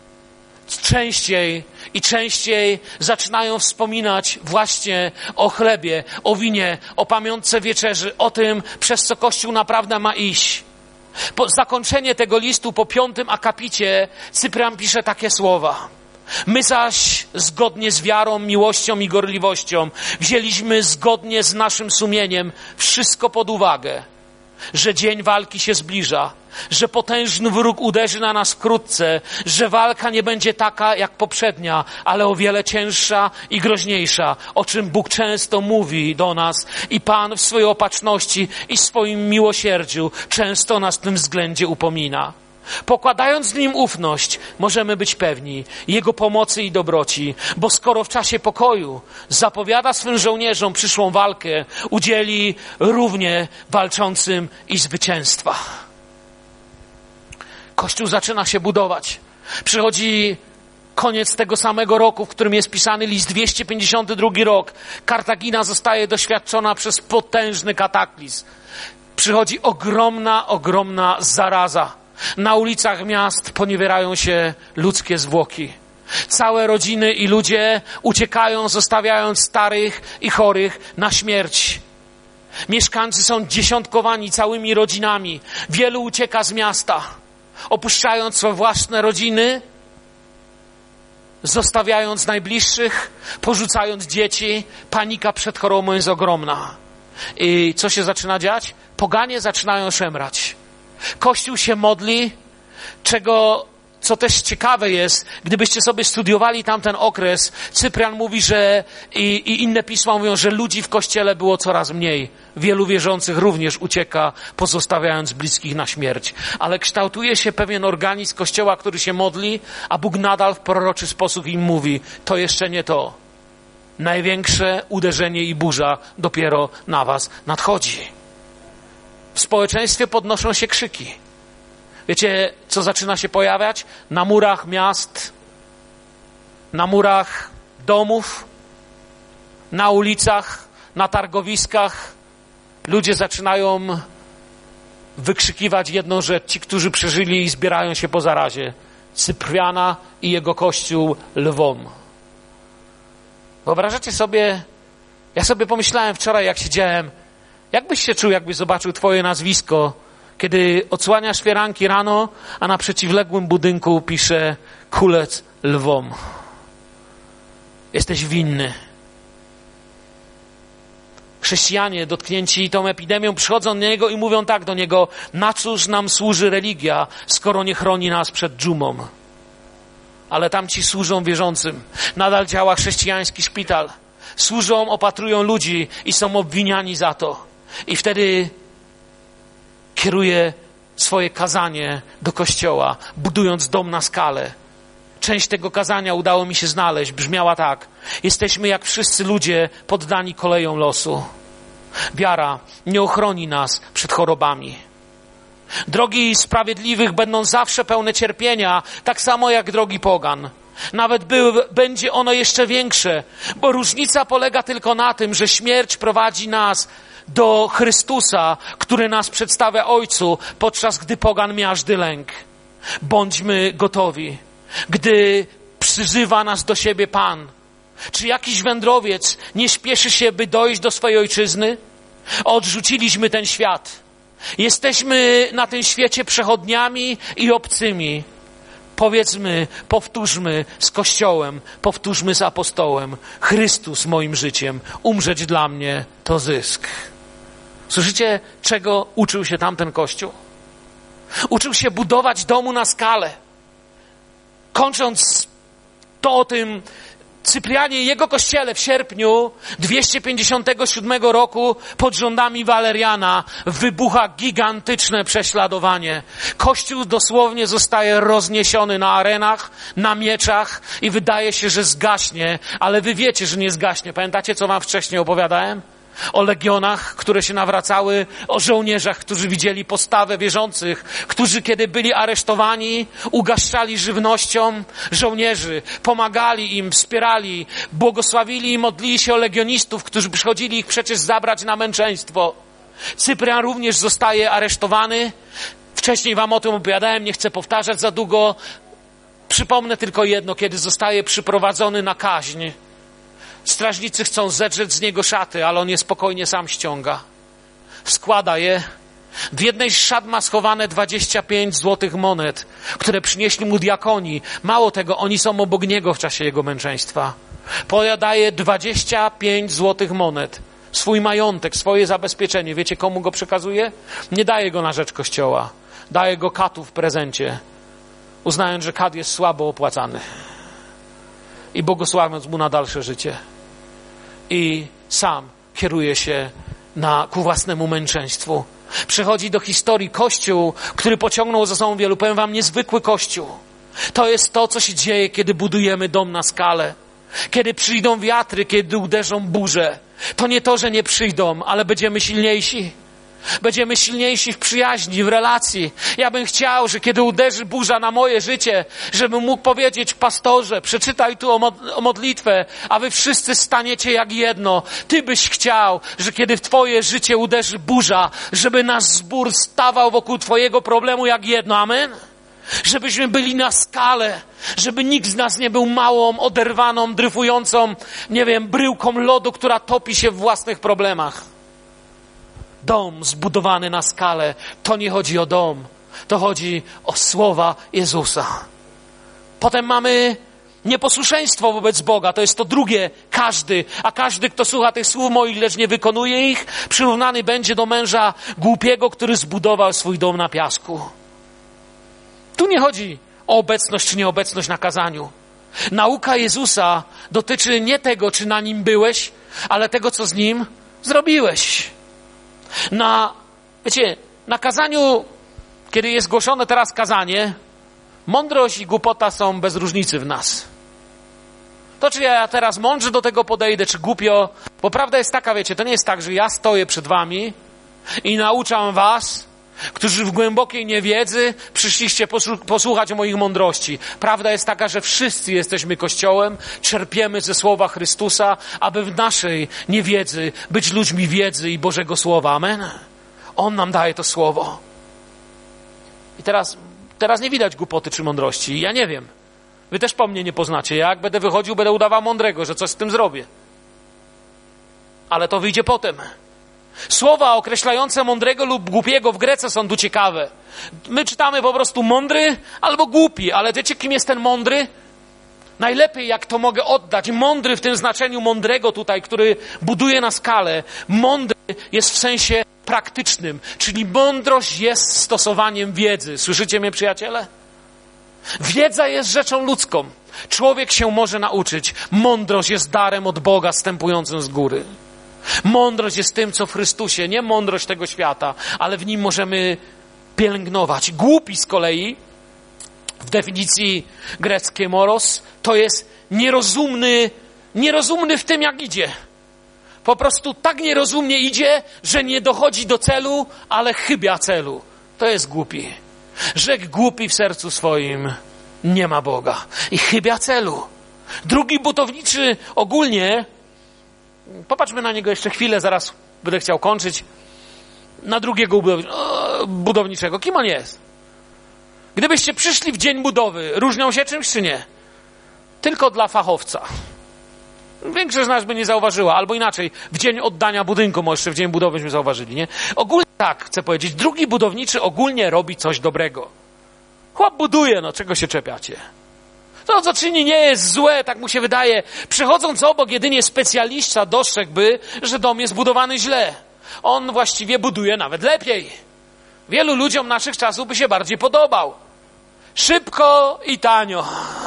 Speaker 1: Częściej i częściej zaczynają wspominać właśnie o chlebie, o winie, o pamiątce wieczerzy, o tym, przez co Kościół naprawdę ma iść. Po zakończenie tego listu, po piątym akapicie, Cyprian pisze takie słowa. My zaś, zgodnie z wiarą, miłością i gorliwością, wzięliśmy zgodnie z naszym sumieniem wszystko pod uwagę, że dzień walki się zbliża, że potężny wróg uderzy na nas wkrótce, że walka nie będzie taka jak poprzednia, ale o wiele cięższa i groźniejsza, o czym Bóg często mówi do nas i Pan w swojej opatrzności i swoim miłosierdziu często nas w tym względzie upomina. Pokładając w Nim ufność, możemy być pewni Jego pomocy i dobroci, bo skoro w czasie pokoju zapowiada swym żołnierzom przyszłą walkę, udzieli równie walczącym i zwycięstwa. Kościół zaczyna się budować. Przychodzi koniec tego samego roku, w którym jest pisany list, dwieście pięćdziesiąty drugi rok. Kartagina zostaje doświadczona przez potężny kataklizm. Przychodzi ogromna, ogromna zaraza. Na ulicach miast poniewierają się ludzkie zwłoki. Całe rodziny i ludzie uciekają, zostawiając starych i chorych na śmierć. Mieszkańcy są dziesiątkowani całymi rodzinami. Wielu ucieka z miasta, opuszczając swoje własne rodziny, zostawiając najbliższych, porzucając dzieci. Panika przed chorobą jest ogromna. I co się zaczyna dziać? Poganie zaczynają szemrać. Kościół się modli, czego, co też ciekawe jest, gdybyście sobie studiowali tamten okres, Cyprian mówi, że i, i inne pisma mówią, że ludzi w Kościele było coraz mniej. Wielu wierzących również ucieka, pozostawiając bliskich na śmierć. Ale kształtuje się pewien organizm Kościoła, który się modli, a Bóg nadal w proroczy sposób im mówi, to jeszcze nie to. Największe uderzenie i burza dopiero na was nadchodzi. W społeczeństwie podnoszą się krzyki. Wiecie, co zaczyna się pojawiać? Na murach miast, na murach domów, na ulicach, na targowiskach. Ludzie zaczynają wykrzykiwać jedną rzecz. Ci, którzy przeżyli i zbierają się po zarazie. Cypriana i jego kościół lwom. Wyobrażacie sobie, ja sobie pomyślałem wczoraj, jak siedziałem, jak byś się czuł, jakbyś zobaczył twoje nazwisko, kiedy odsłaniasz firanki rano, a na przeciwległym budynku pisze kulec lwom. Jesteś winny. chrześcijanie dotknięci tą epidemią przychodzą do niego i mówią tak do niego: na cóż nam służy religia, skoro nie chroni nas przed dżumą? Ale tamci służą wierzącym. Nadal działa chrześcijański szpital. Służą, opatrują ludzi i są obwiniani za to. I wtedy kieruje swoje kazanie do kościoła, budując dom na skalę. Część tego kazania udało mi się znaleźć. Brzmiała tak: jesteśmy jak wszyscy ludzie poddani kolejom losu. Wiara nie ochroni nas przed chorobami. Drogi sprawiedliwych będą zawsze pełne cierpienia, tak samo jak drogi pogan. Nawet by, będzie ono jeszcze większe, bo różnica polega tylko na tym, że śmierć prowadzi nas do Chrystusa, który nas przedstawia Ojcu, podczas gdy pogan miażdży lęk. Bądźmy gotowi, gdy przyzywa nas do siebie Pan. Czy jakiś wędrowiec nie śpieszy się, by dojść do swojej ojczyzny? Odrzuciliśmy ten świat. Jesteśmy na tym świecie przechodniami i obcymi. Powiedzmy, powtórzmy z Kościołem, powtórzmy z apostołem: Chrystus moim życiem, umrzeć dla mnie to zysk. Słyszycie, czego uczył się tamten Kościół? Uczył się budować domu na skalę. Kończąc to o tym Cyprianie i jego kościele w sierpniu dwieście pięćdziesiątego siódmego roku pod rządami Waleriana wybucha gigantyczne prześladowanie. Kościół dosłownie zostaje rozniesiony na arenach, na mieczach i wydaje się, że zgaśnie, ale wy wiecie, że nie zgaśnie. Pamiętacie, co wam wcześniej opowiadałem? O legionach, które się nawracały, o żołnierzach, którzy widzieli postawę wierzących, którzy kiedy byli aresztowani, ugaszczali żywnością żołnierzy, pomagali im, wspierali, błogosławili i modlili się o legionistów, którzy przychodzili ich przecież zabrać na męczeństwo. Cyprian również zostaje aresztowany. Wcześniej wam o tym opowiadałem, nie chcę powtarzać za długo. Przypomnę tylko jedno: kiedy zostaje przyprowadzony na kaźń, strażnicy chcą zedrzeć z niego szaty, ale on je spokojnie sam ściąga. Składa je. W jednej z szat ma schowane dwadzieścia pięć złotych monet, które przynieśli mu diakoni. Mało tego, oni są obok niego w czasie jego męczeństwa. Podaje dwadzieścia pięć złotych monet. Swój majątek, swoje zabezpieczenie. Wiecie, komu go przekazuje? Nie daje go na rzecz Kościoła. Daje go katu w prezencie, uznając, że kat jest słabo opłacany. I błogosławiąc mu na dalsze życie. I sam kieruje się na, ku własnemu męczeństwu. Przechodzi do historii Kościół, który pociągnął za sobą wielu. Powiem wam, niezwykły Kościół. To jest to, co się dzieje, kiedy budujemy dom na skalę. Kiedy przyjdą wiatry, kiedy uderzą burze. To nie to, że nie przyjdą, ale będziemy silniejsi. Będziemy silniejsi w przyjaźni, w relacji. Ja bym chciał, że kiedy uderzy burza na moje życie, żebym mógł powiedzieć: pastorze, przeczytaj tu o, mod- o modlitwę, a wy wszyscy staniecie jak jedno. Ty byś chciał, że kiedy w twoje życie uderzy burza, żeby nasz zbór stawał wokół twojego problemu jak jedno. Amen? Żebyśmy byli na skalę, żeby nikt z nas nie był małą, oderwaną, dryfującą, nie wiem, bryłką lodu, która topi się w własnych problemach. Dom zbudowany na skalę, to nie chodzi o dom, to chodzi o słowa Jezusa. Potem mamy nieposłuszeństwo wobec Boga, to jest to drugie: każdy, a każdy, kto słucha tych słów moich, lecz nie wykonuje ich, przyrównany będzie do męża głupiego, który zbudował swój dom na piasku. Tu nie chodzi o obecność czy nieobecność na kazaniu. Nauka Jezusa dotyczy nie tego, czy na nim byłeś, ale tego, co z nim zrobiłeś. Na, wiecie, na kazaniu, kiedy jest głoszone teraz kazanie, mądrość i głupota są bez różnicy w nas. To, czy ja teraz mądrze do tego podejdę, czy głupio, bo prawda jest taka, wiecie, to nie jest tak, że ja stoję przed wami i nauczam was, którzy w głębokiej niewiedzy przyszliście posłuchać o moich mądrości. Prawda jest taka, że wszyscy jesteśmy Kościołem, czerpiemy ze słowa Chrystusa, aby w naszej niewiedzy być ludźmi wiedzy i Bożego Słowa. Amen? On nam daje to słowo. I teraz, teraz nie widać głupoty czy mądrości. Ja nie wiem. Wy też po mnie nie poznacie. Ja jak będę wychodził, będę udawał mądrego, że coś z tym zrobię. Ale to wyjdzie potem. Słowa określające mądrego lub głupiego w Grece są tu ciekawe. My czytamy po prostu mądry albo głupi, ale wiecie, kim jest ten mądry? Najlepiej, jak to mogę oddać, mądry w tym znaczeniu mądrego tutaj, który buduje na skalę. Mądry jest w sensie praktycznym, czyli mądrość jest stosowaniem wiedzy. Słyszycie mnie, przyjaciele? Wiedza jest rzeczą ludzką. Człowiek się może nauczyć. Mądrość jest darem od Boga stępującym z góry. Mądrość jest tym, co w Chrystusie, nie mądrość tego świata, ale w nim możemy pielęgnować. Głupi z kolei, w definicji greckiej moros, to jest nierozumny, nierozumny w tym, jak idzie. Po prostu tak nierozumnie idzie, że nie dochodzi do celu, ale chybia celu. To jest głupi. Rzekł głupi w sercu swoim, nie ma Boga. I chybia celu. Drugi budowniczy ogólnie, popatrzmy na niego jeszcze chwilę, zaraz będę chciał kończyć. Na drugiego budowniczego. Kim on jest? Gdybyście przyszli w dzień budowy, różnią się czymś czy nie? Tylko dla fachowca. Większość z nas by nie zauważyła. Albo inaczej, w dzień oddania budynku, może jeszcze w dzień budowy byśmy zauważyli, nie? Ogólnie tak, chcę powiedzieć, drugi budowniczy ogólnie robi coś dobrego. Chłop buduje, no czego się czepiacie? To, co czyni, nie jest złe, tak mu się wydaje. Przechodząc obok, jedynie specjalista dostrzegłby, że dom jest budowany źle. On właściwie buduje nawet lepiej. Wielu ludziom naszych czasów by się bardziej podobał. Szybko i tanio.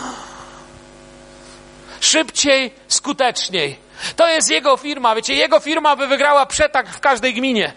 Speaker 1: Szybciej, skuteczniej. To jest jego firma. Wiecie, jego firma by wygrała przetarg w każdej gminie.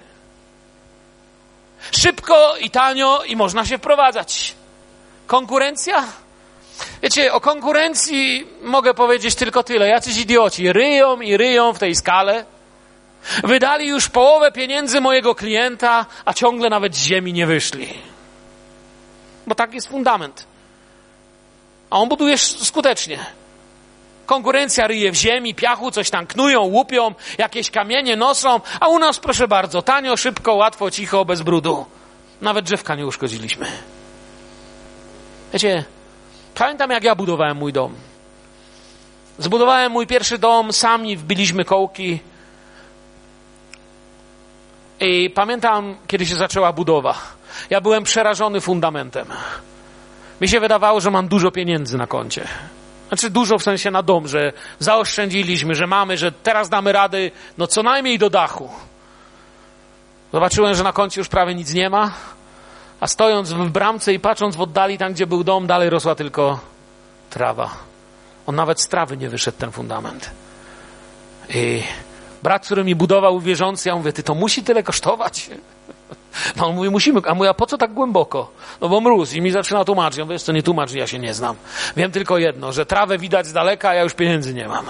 Speaker 1: Szybko i tanio i można się wprowadzać. Konkurencja? Wiecie, o konkurencji mogę powiedzieć tylko tyle. Jacyś idioci ryją i ryją w tej skale. Wydali już połowę pieniędzy mojego klienta, a ciągle nawet z ziemi nie wyszli. Bo tak jest fundament. A on buduje skutecznie. Konkurencja ryje w ziemi, piachu, coś tam knują, łupią, jakieś kamienie noszą, a u nas, proszę bardzo, tanio, szybko, łatwo, cicho, bez brudu. Nawet drzewka nie uszkodziliśmy. Wiecie, pamiętam, jak ja budowałem mój dom. Zbudowałem mój pierwszy dom, sami wbiliśmy kołki. I pamiętam, kiedy się zaczęła budowa. Ja byłem przerażony fundamentem. Mi się wydawało, że mam dużo pieniędzy na koncie. Znaczy dużo w sensie na dom, że zaoszczędziliśmy, że mamy, że teraz damy rady, no co najmniej do dachu. Zobaczyłem, że na koncie już prawie nic nie ma, a stojąc w bramce i patrząc w oddali, tam gdzie był dom, dalej rosła tylko trawa. On nawet z trawy nie wyszedł, ten fundament. I brat, który mi budował, wierzący, ja mówię, ty to musi tyle kosztować? No on mówi, musimy. A mówię, a po co tak głęboko? No bo mróz. I mi zaczyna tłumaczyć. Ja mówię, to nie tłumacz, ja się nie znam. Wiem tylko jedno, że trawę widać z daleka, a ja już pieniędzy nie mam.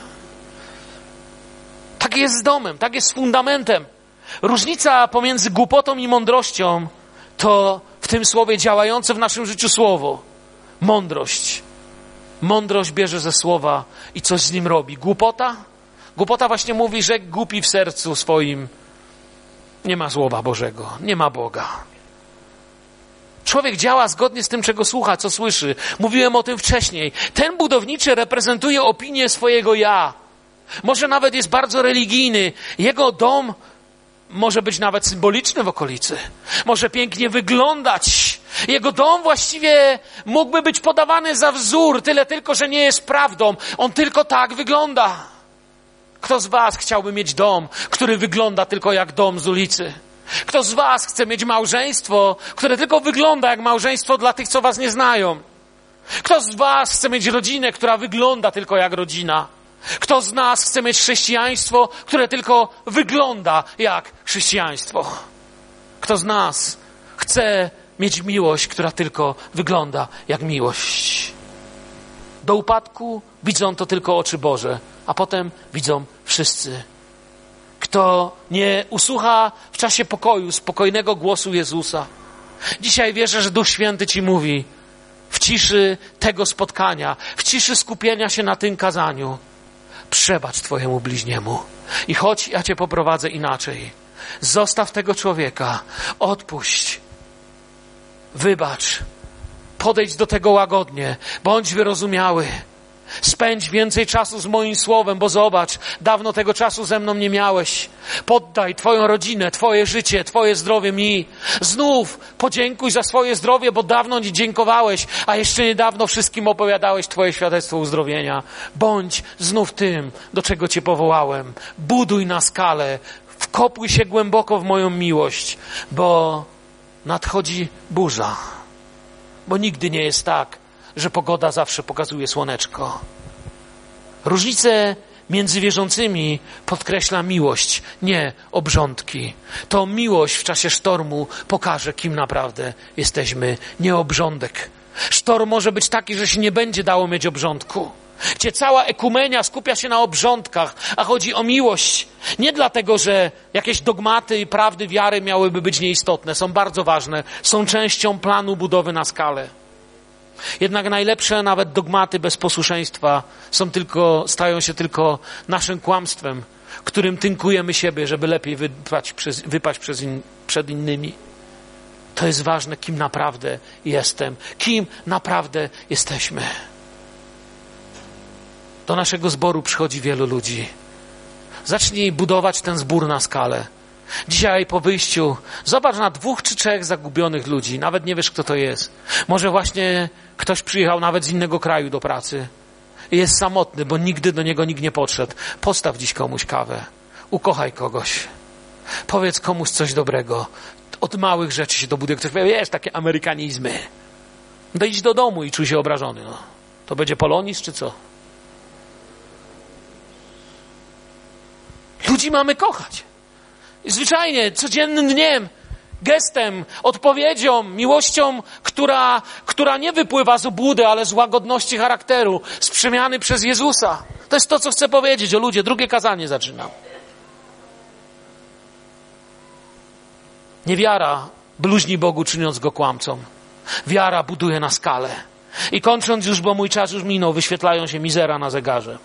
Speaker 1: Tak jest z domem, tak jest z fundamentem. Różnica pomiędzy głupotą i mądrością to w tym słowie działające w naszym życiu słowo. Mądrość. Mądrość bierze ze słowa i coś z nim robi. Głupota? Głupota właśnie mówi, że głupi w sercu swoim. Nie ma Słowa Bożego, nie ma Boga. Człowiek działa zgodnie z tym, czego słucha, co słyszy. Mówiłem o tym wcześniej. Ten budowniczy reprezentuje opinię swojego ja. Może nawet jest bardzo religijny. Jego dom może być nawet symboliczny w okolicy. Może pięknie wyglądać. Jego dom właściwie mógłby być podawany za wzór, tyle tylko, że nie jest prawdą. On tylko tak wygląda. Kto z was chciałby mieć dom, który wygląda tylko jak dom z ulicy? Kto z was chce mieć małżeństwo, które tylko wygląda jak małżeństwo dla tych, co was nie znają? Kto z was chce mieć rodzinę, która wygląda tylko jak rodzina? Kto z nas chce mieć chrześcijaństwo, które tylko wygląda jak chrześcijaństwo? Kto z nas chce mieć miłość, która tylko wygląda jak miłość? Do upadku widzą to tylko oczy Boże, a potem widzą wszyscy. Kto nie usłucha w czasie pokoju spokojnego głosu Jezusa. Dzisiaj wierzę, że Duch Święty ci mówi w ciszy tego spotkania, w ciszy skupienia się na tym kazaniu. Przebacz twojemu bliźniemu i chodź, ja cię poprowadzę inaczej. Zostaw tego człowieka, odpuść, wybacz, podejdź do tego łagodnie, bądź wyrozumiały. Spędź więcej czasu z moim słowem, bo zobacz, dawno tego czasu ze mną nie miałeś. Poddaj twoją rodzinę, twoje życie, twoje zdrowie mi. Znów podziękuj za swoje zdrowie, bo dawno nie dziękowałeś, a jeszcze niedawno wszystkim opowiadałeś twoje świadectwo uzdrowienia. Bądź znów tym, do czego cię powołałem. Buduj na skalę, wkopuj się głęboko w moją miłość, bo nadchodzi burza. Bo nigdy nie jest tak, że pogoda zawsze pokazuje słoneczko. Różnicę między wierzącymi podkreśla miłość, nie obrządki. To miłość w czasie sztormu pokaże, kim naprawdę jesteśmy, nie obrządek. Sztorm może być taki, że się nie będzie dało mieć obrządku. Gdzie cała ekumenia skupia się na obrządkach, a chodzi o miłość. Nie dlatego, że jakieś dogmaty i prawdy wiary miałyby być nieistotne. Są bardzo ważne. Są częścią planu budowy na skalę. Jednak najlepsze nawet dogmaty bez posłuszeństwa są tylko, stają się tylko naszym kłamstwem, którym tynkujemy siebie, żeby lepiej wypaść, przez, wypaść przez in, przed innymi. To jest ważne, kim naprawdę jestem, kim naprawdę jesteśmy. Do naszego zboru przychodzi wielu ludzi. Zacznij budować ten zbór na skalę. Dzisiaj po wyjściu zobacz na dwóch czy trzech zagubionych ludzi. Nawet nie wiesz, kto to jest. Może właśnie ktoś przyjechał nawet z innego kraju do pracy i jest samotny, bo nigdy do niego nikt nie podszedł. Postaw dziś komuś kawę. Ukochaj kogoś. Powiedz komuś coś dobrego. Od małych rzeczy się dobuduje. Ktoś powie, wiesz, takie amerykanizmy. No idź do domu i czuj się obrażony. No. To będzie polonizm czy co? Ludzi mamy kochać. I zwyczajnie, codziennym dniem, gestem, odpowiedzią, miłością, która, która nie wypływa z obłudy, ale z łagodności charakteru, z przemiany przez Jezusa. To jest to, co chcę powiedzieć. O ludzie, drugie kazanie zaczynam. Niewiara bluźni Bogu, czyniąc Go kłamcą. Wiara buduje na skalę. I kończąc już, bo mój czas już minął, wyświetlają się mizera na zegarze.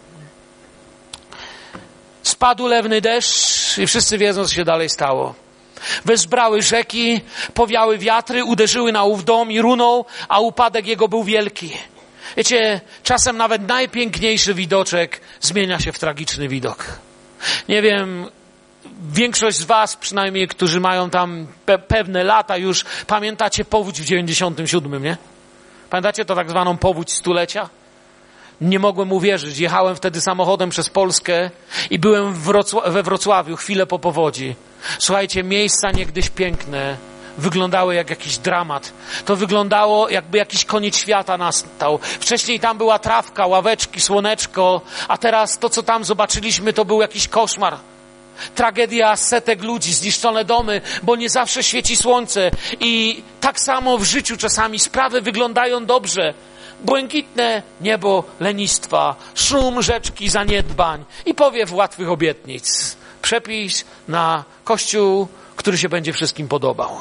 Speaker 1: Spadł lewny deszcz i wszyscy wiedzą, co się dalej stało. Wezbrały rzeki, powiały wiatry, uderzyły na ów dom i runął, a upadek jego był wielki. Wiecie, czasem nawet najpiękniejszy widoczek zmienia się w tragiczny widok. Nie wiem, większość z was, przynajmniej, którzy mają tam pe- pewne lata już, pamiętacie powódź w dziewięćdziesiątym siódmym, nie? Pamiętacie to tak zwaną powódź stulecia? Nie mogłem uwierzyć. Jechałem wtedy samochodem przez Polskę i byłem w Wrocław- we Wrocławiu chwilę po powodzi. Słuchajcie, miejsca niegdyś piękne wyglądały jak jakiś dramat. To wyglądało, jakby jakiś koniec świata nastał. Wcześniej tam była trawka, ławeczki, słoneczko, a teraz to, co tam zobaczyliśmy, to był jakiś koszmar. Tragedia setek ludzi, zniszczone domy, bo nie zawsze świeci słońce. I tak samo w życiu czasami sprawy wyglądają dobrze. Błękitne niebo lenistwa, szum rzeczki zaniedbań i powiew łatwych obietnic. Przepis na Kościół, który się będzie wszystkim podobał.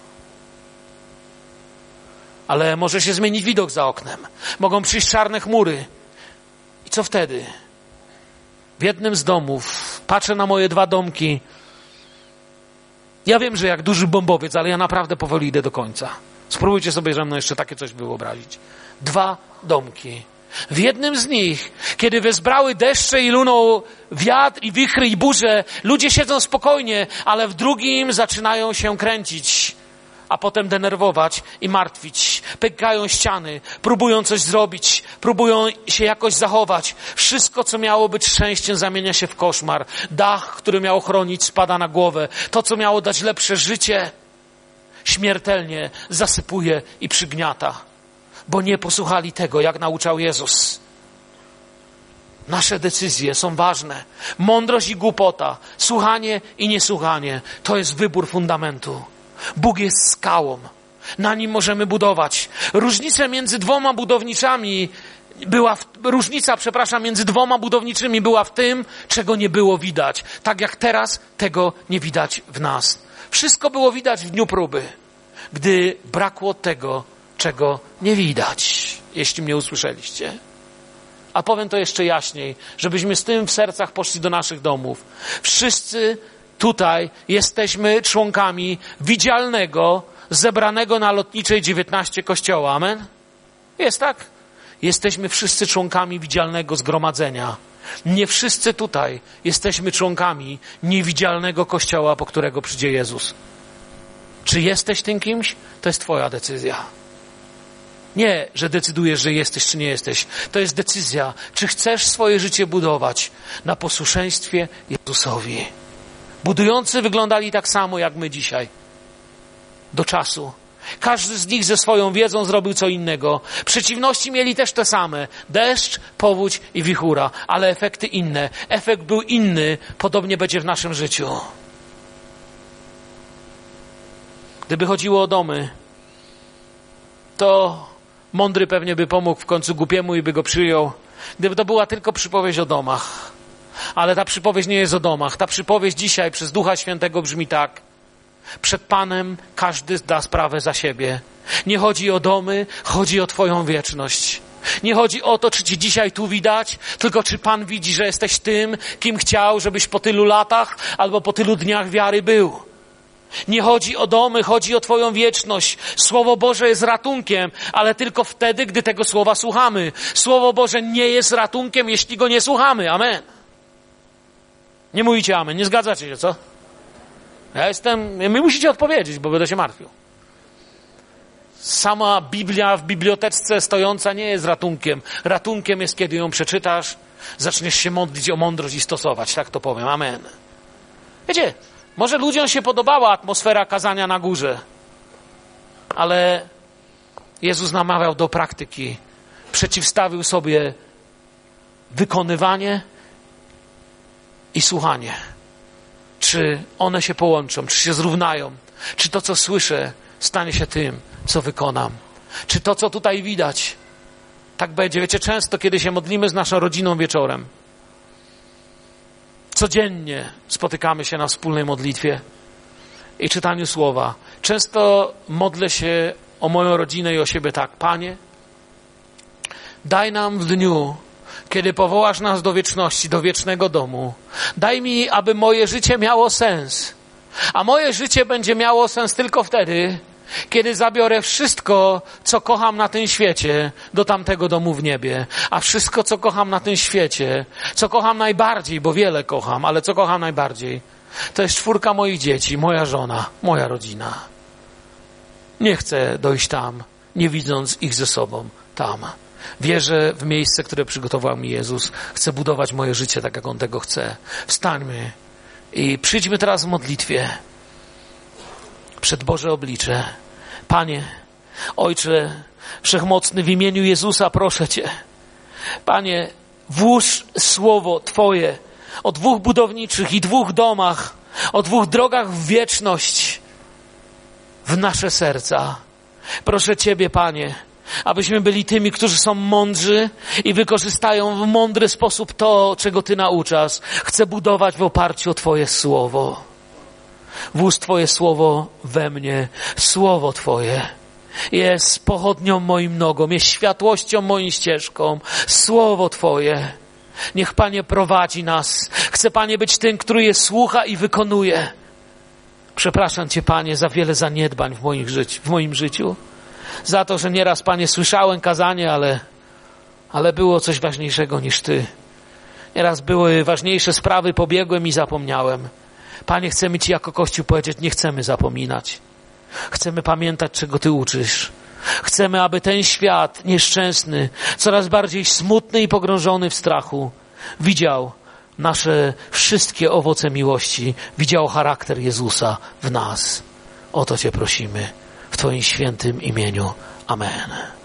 Speaker 1: Ale może się zmienić widok za oknem. Mogą przyjść czarne chmury. I co wtedy? W jednym z domów patrzę na moje dwa domki. Ja wiem, że jak duży bombowiec, ale ja naprawdę powoli idę do końca. Spróbujcie sobie ze mną jeszcze takie coś wyobrazić. Dwa domki. W jednym z nich, kiedy wezbrały deszcze i lunął wiatr i wichry i burze, ludzie siedzą spokojnie, ale w drugim zaczynają się kręcić, a potem denerwować i martwić. Pękają ściany, próbują coś zrobić, próbują się jakoś zachować. Wszystko, co miało być szczęściem, zamienia się w koszmar. Dach, który miał chronić, spada na głowę. To, co miało dać lepsze życie, śmiertelnie zasypuje i przygniata. Bo nie posłuchali tego, jak nauczał Jezus. Nasze decyzje są ważne. Mądrość i głupota, słuchanie i niesłuchanie, to jest wybór fundamentu. Bóg jest skałą. Na nim możemy budować. Różnica między dwoma budowniczami była, w, różnica, przepraszam, między dwoma budowniczymi była w tym, czego nie było widać. Tak jak teraz tego nie widać w nas. Wszystko było widać w dniu próby, gdy brakło tego, czego nie widać, jeśli mnie usłyszeliście. A powiem to jeszcze jaśniej, żebyśmy z tym w sercach poszli do naszych domów. Wszyscy tutaj jesteśmy członkami widzialnego, zebranego na Lotniczej dziewiętnaście kościoła. Amen? Jest tak? jesteśmy wszyscy członkami widzialnego zgromadzenia. Nie wszyscy tutaj jesteśmy członkami niewidzialnego Kościoła, po którego przyjdzie Jezus. Czy jesteś tym kimś? To jest twoja decyzja. Nie, że decydujesz, że jesteś, czy nie jesteś. To jest decyzja, czy chcesz swoje życie budować na posłuszeństwie Jezusowi. Budujący wyglądali tak samo jak my dzisiaj. Do czasu. Każdy z nich ze swoją wiedzą zrobił co innego. Przeciwności mieli też te same. Deszcz, powódź i wichura. Ale efekty inne. Efekt był inny. Podobnie będzie w naszym życiu. Gdyby chodziło o domy, to mądry pewnie by pomógł w końcu głupiemu i by go przyjął. Gdyby to była tylko przypowieść o domach. Ale ta przypowieść nie jest o domach. Ta przypowieść dzisiaj przez Ducha Świętego brzmi tak. Przed Panem każdy da sprawę za siebie. Nie chodzi o domy, chodzi o twoją wieczność. Nie chodzi o to, czy cię dzisiaj tu widać, tylko czy Pan widzi, że jesteś tym, kim chciał, żebyś po tylu latach albo po tylu dniach wiary był. Nie chodzi o domy, chodzi o twoją wieczność. Słowo Boże jest ratunkiem, ale tylko wtedy, gdy tego słowa słuchamy. Słowo Boże nie jest ratunkiem, jeśli go nie słuchamy. Amen. Nie mówicie amen, nie zgadzacie się, co? Ja jestem, my musicie odpowiedzieć, bo będę się martwił. Sama Biblia w bibliotece stojąca nie jest ratunkiem. Ratunkiem jest, kiedy ją przeczytasz, zaczniesz się modlić o mądrość i stosować, tak to powiem. Amen. Wiecie, może ludziom się podobała atmosfera kazania na górze, ale Jezus namawiał do praktyki. Przeciwstawił sobie wykonywanie i słuchanie. Czy one się połączą, czy się zrównają, czy to, co słyszę, stanie się tym, co wykonam. Czy to, co tutaj widać, tak będzie. Wiecie, często, kiedy się modlimy z naszą rodziną wieczorem, codziennie spotykamy się na wspólnej modlitwie i czytaniu słowa. Często modlę się o moją rodzinę i o siebie tak. Panie, daj nam w dniu, kiedy powołasz nas do wieczności, do wiecznego domu, daj mi, aby moje życie miało sens. A moje życie będzie miało sens tylko wtedy, kiedy zabiorę wszystko, co kocham na tym świecie, do tamtego domu w niebie. A wszystko, co kocham na tym świecie, co kocham najbardziej, bo wiele kocham, ale co kocham najbardziej, to jest czwórka moich dzieci, moja żona, moja rodzina. Nie chcę dojść tam, nie widząc ich ze sobą tam. Wierzę w miejsce, które przygotował mi Jezus. Chcę budować moje życie tak, jak On tego chce. Wstańmy i przyjdźmy teraz w modlitwie przed Boże oblicze. Panie, Ojcze Wszechmocny, w imieniu Jezusa proszę Cię. Panie, włóż słowo Twoje o dwóch budowniczych i dwóch domach, o dwóch drogach w wieczność w nasze serca. Proszę Ciebie, Panie, abyśmy byli tymi, którzy są mądrzy i wykorzystają w mądry sposób to, czego Ty nauczasz. Chcę budować w oparciu o Twoje słowo. Włóż Twoje słowo we mnie. Słowo Twoje jest pochodnią moim nogom, jest światłością moim ścieżką. Słowo Twoje. Niech, Panie, prowadzi nas. Chcę, Panie, być tym, który je słucha i wykonuje. Przepraszam Cię, Panie, za wiele zaniedbań w moim życiu. W moim życiu. Za to, że nieraz, Panie, słyszałem kazanie, ale, ale było coś ważniejszego niż Ty. Nieraz były ważniejsze sprawy, pobiegłem i zapomniałem. Panie, chcemy Ci jako Kościół powiedzieć, nie chcemy zapominać. Chcemy pamiętać, czego Ty uczysz. Chcemy, aby ten świat nieszczęsny, coraz bardziej smutny i pogrążony w strachu, widział nasze wszystkie owoce miłości, widział charakter Jezusa w nas. O to Cię prosimy w Twoim świętym imieniu. Amen.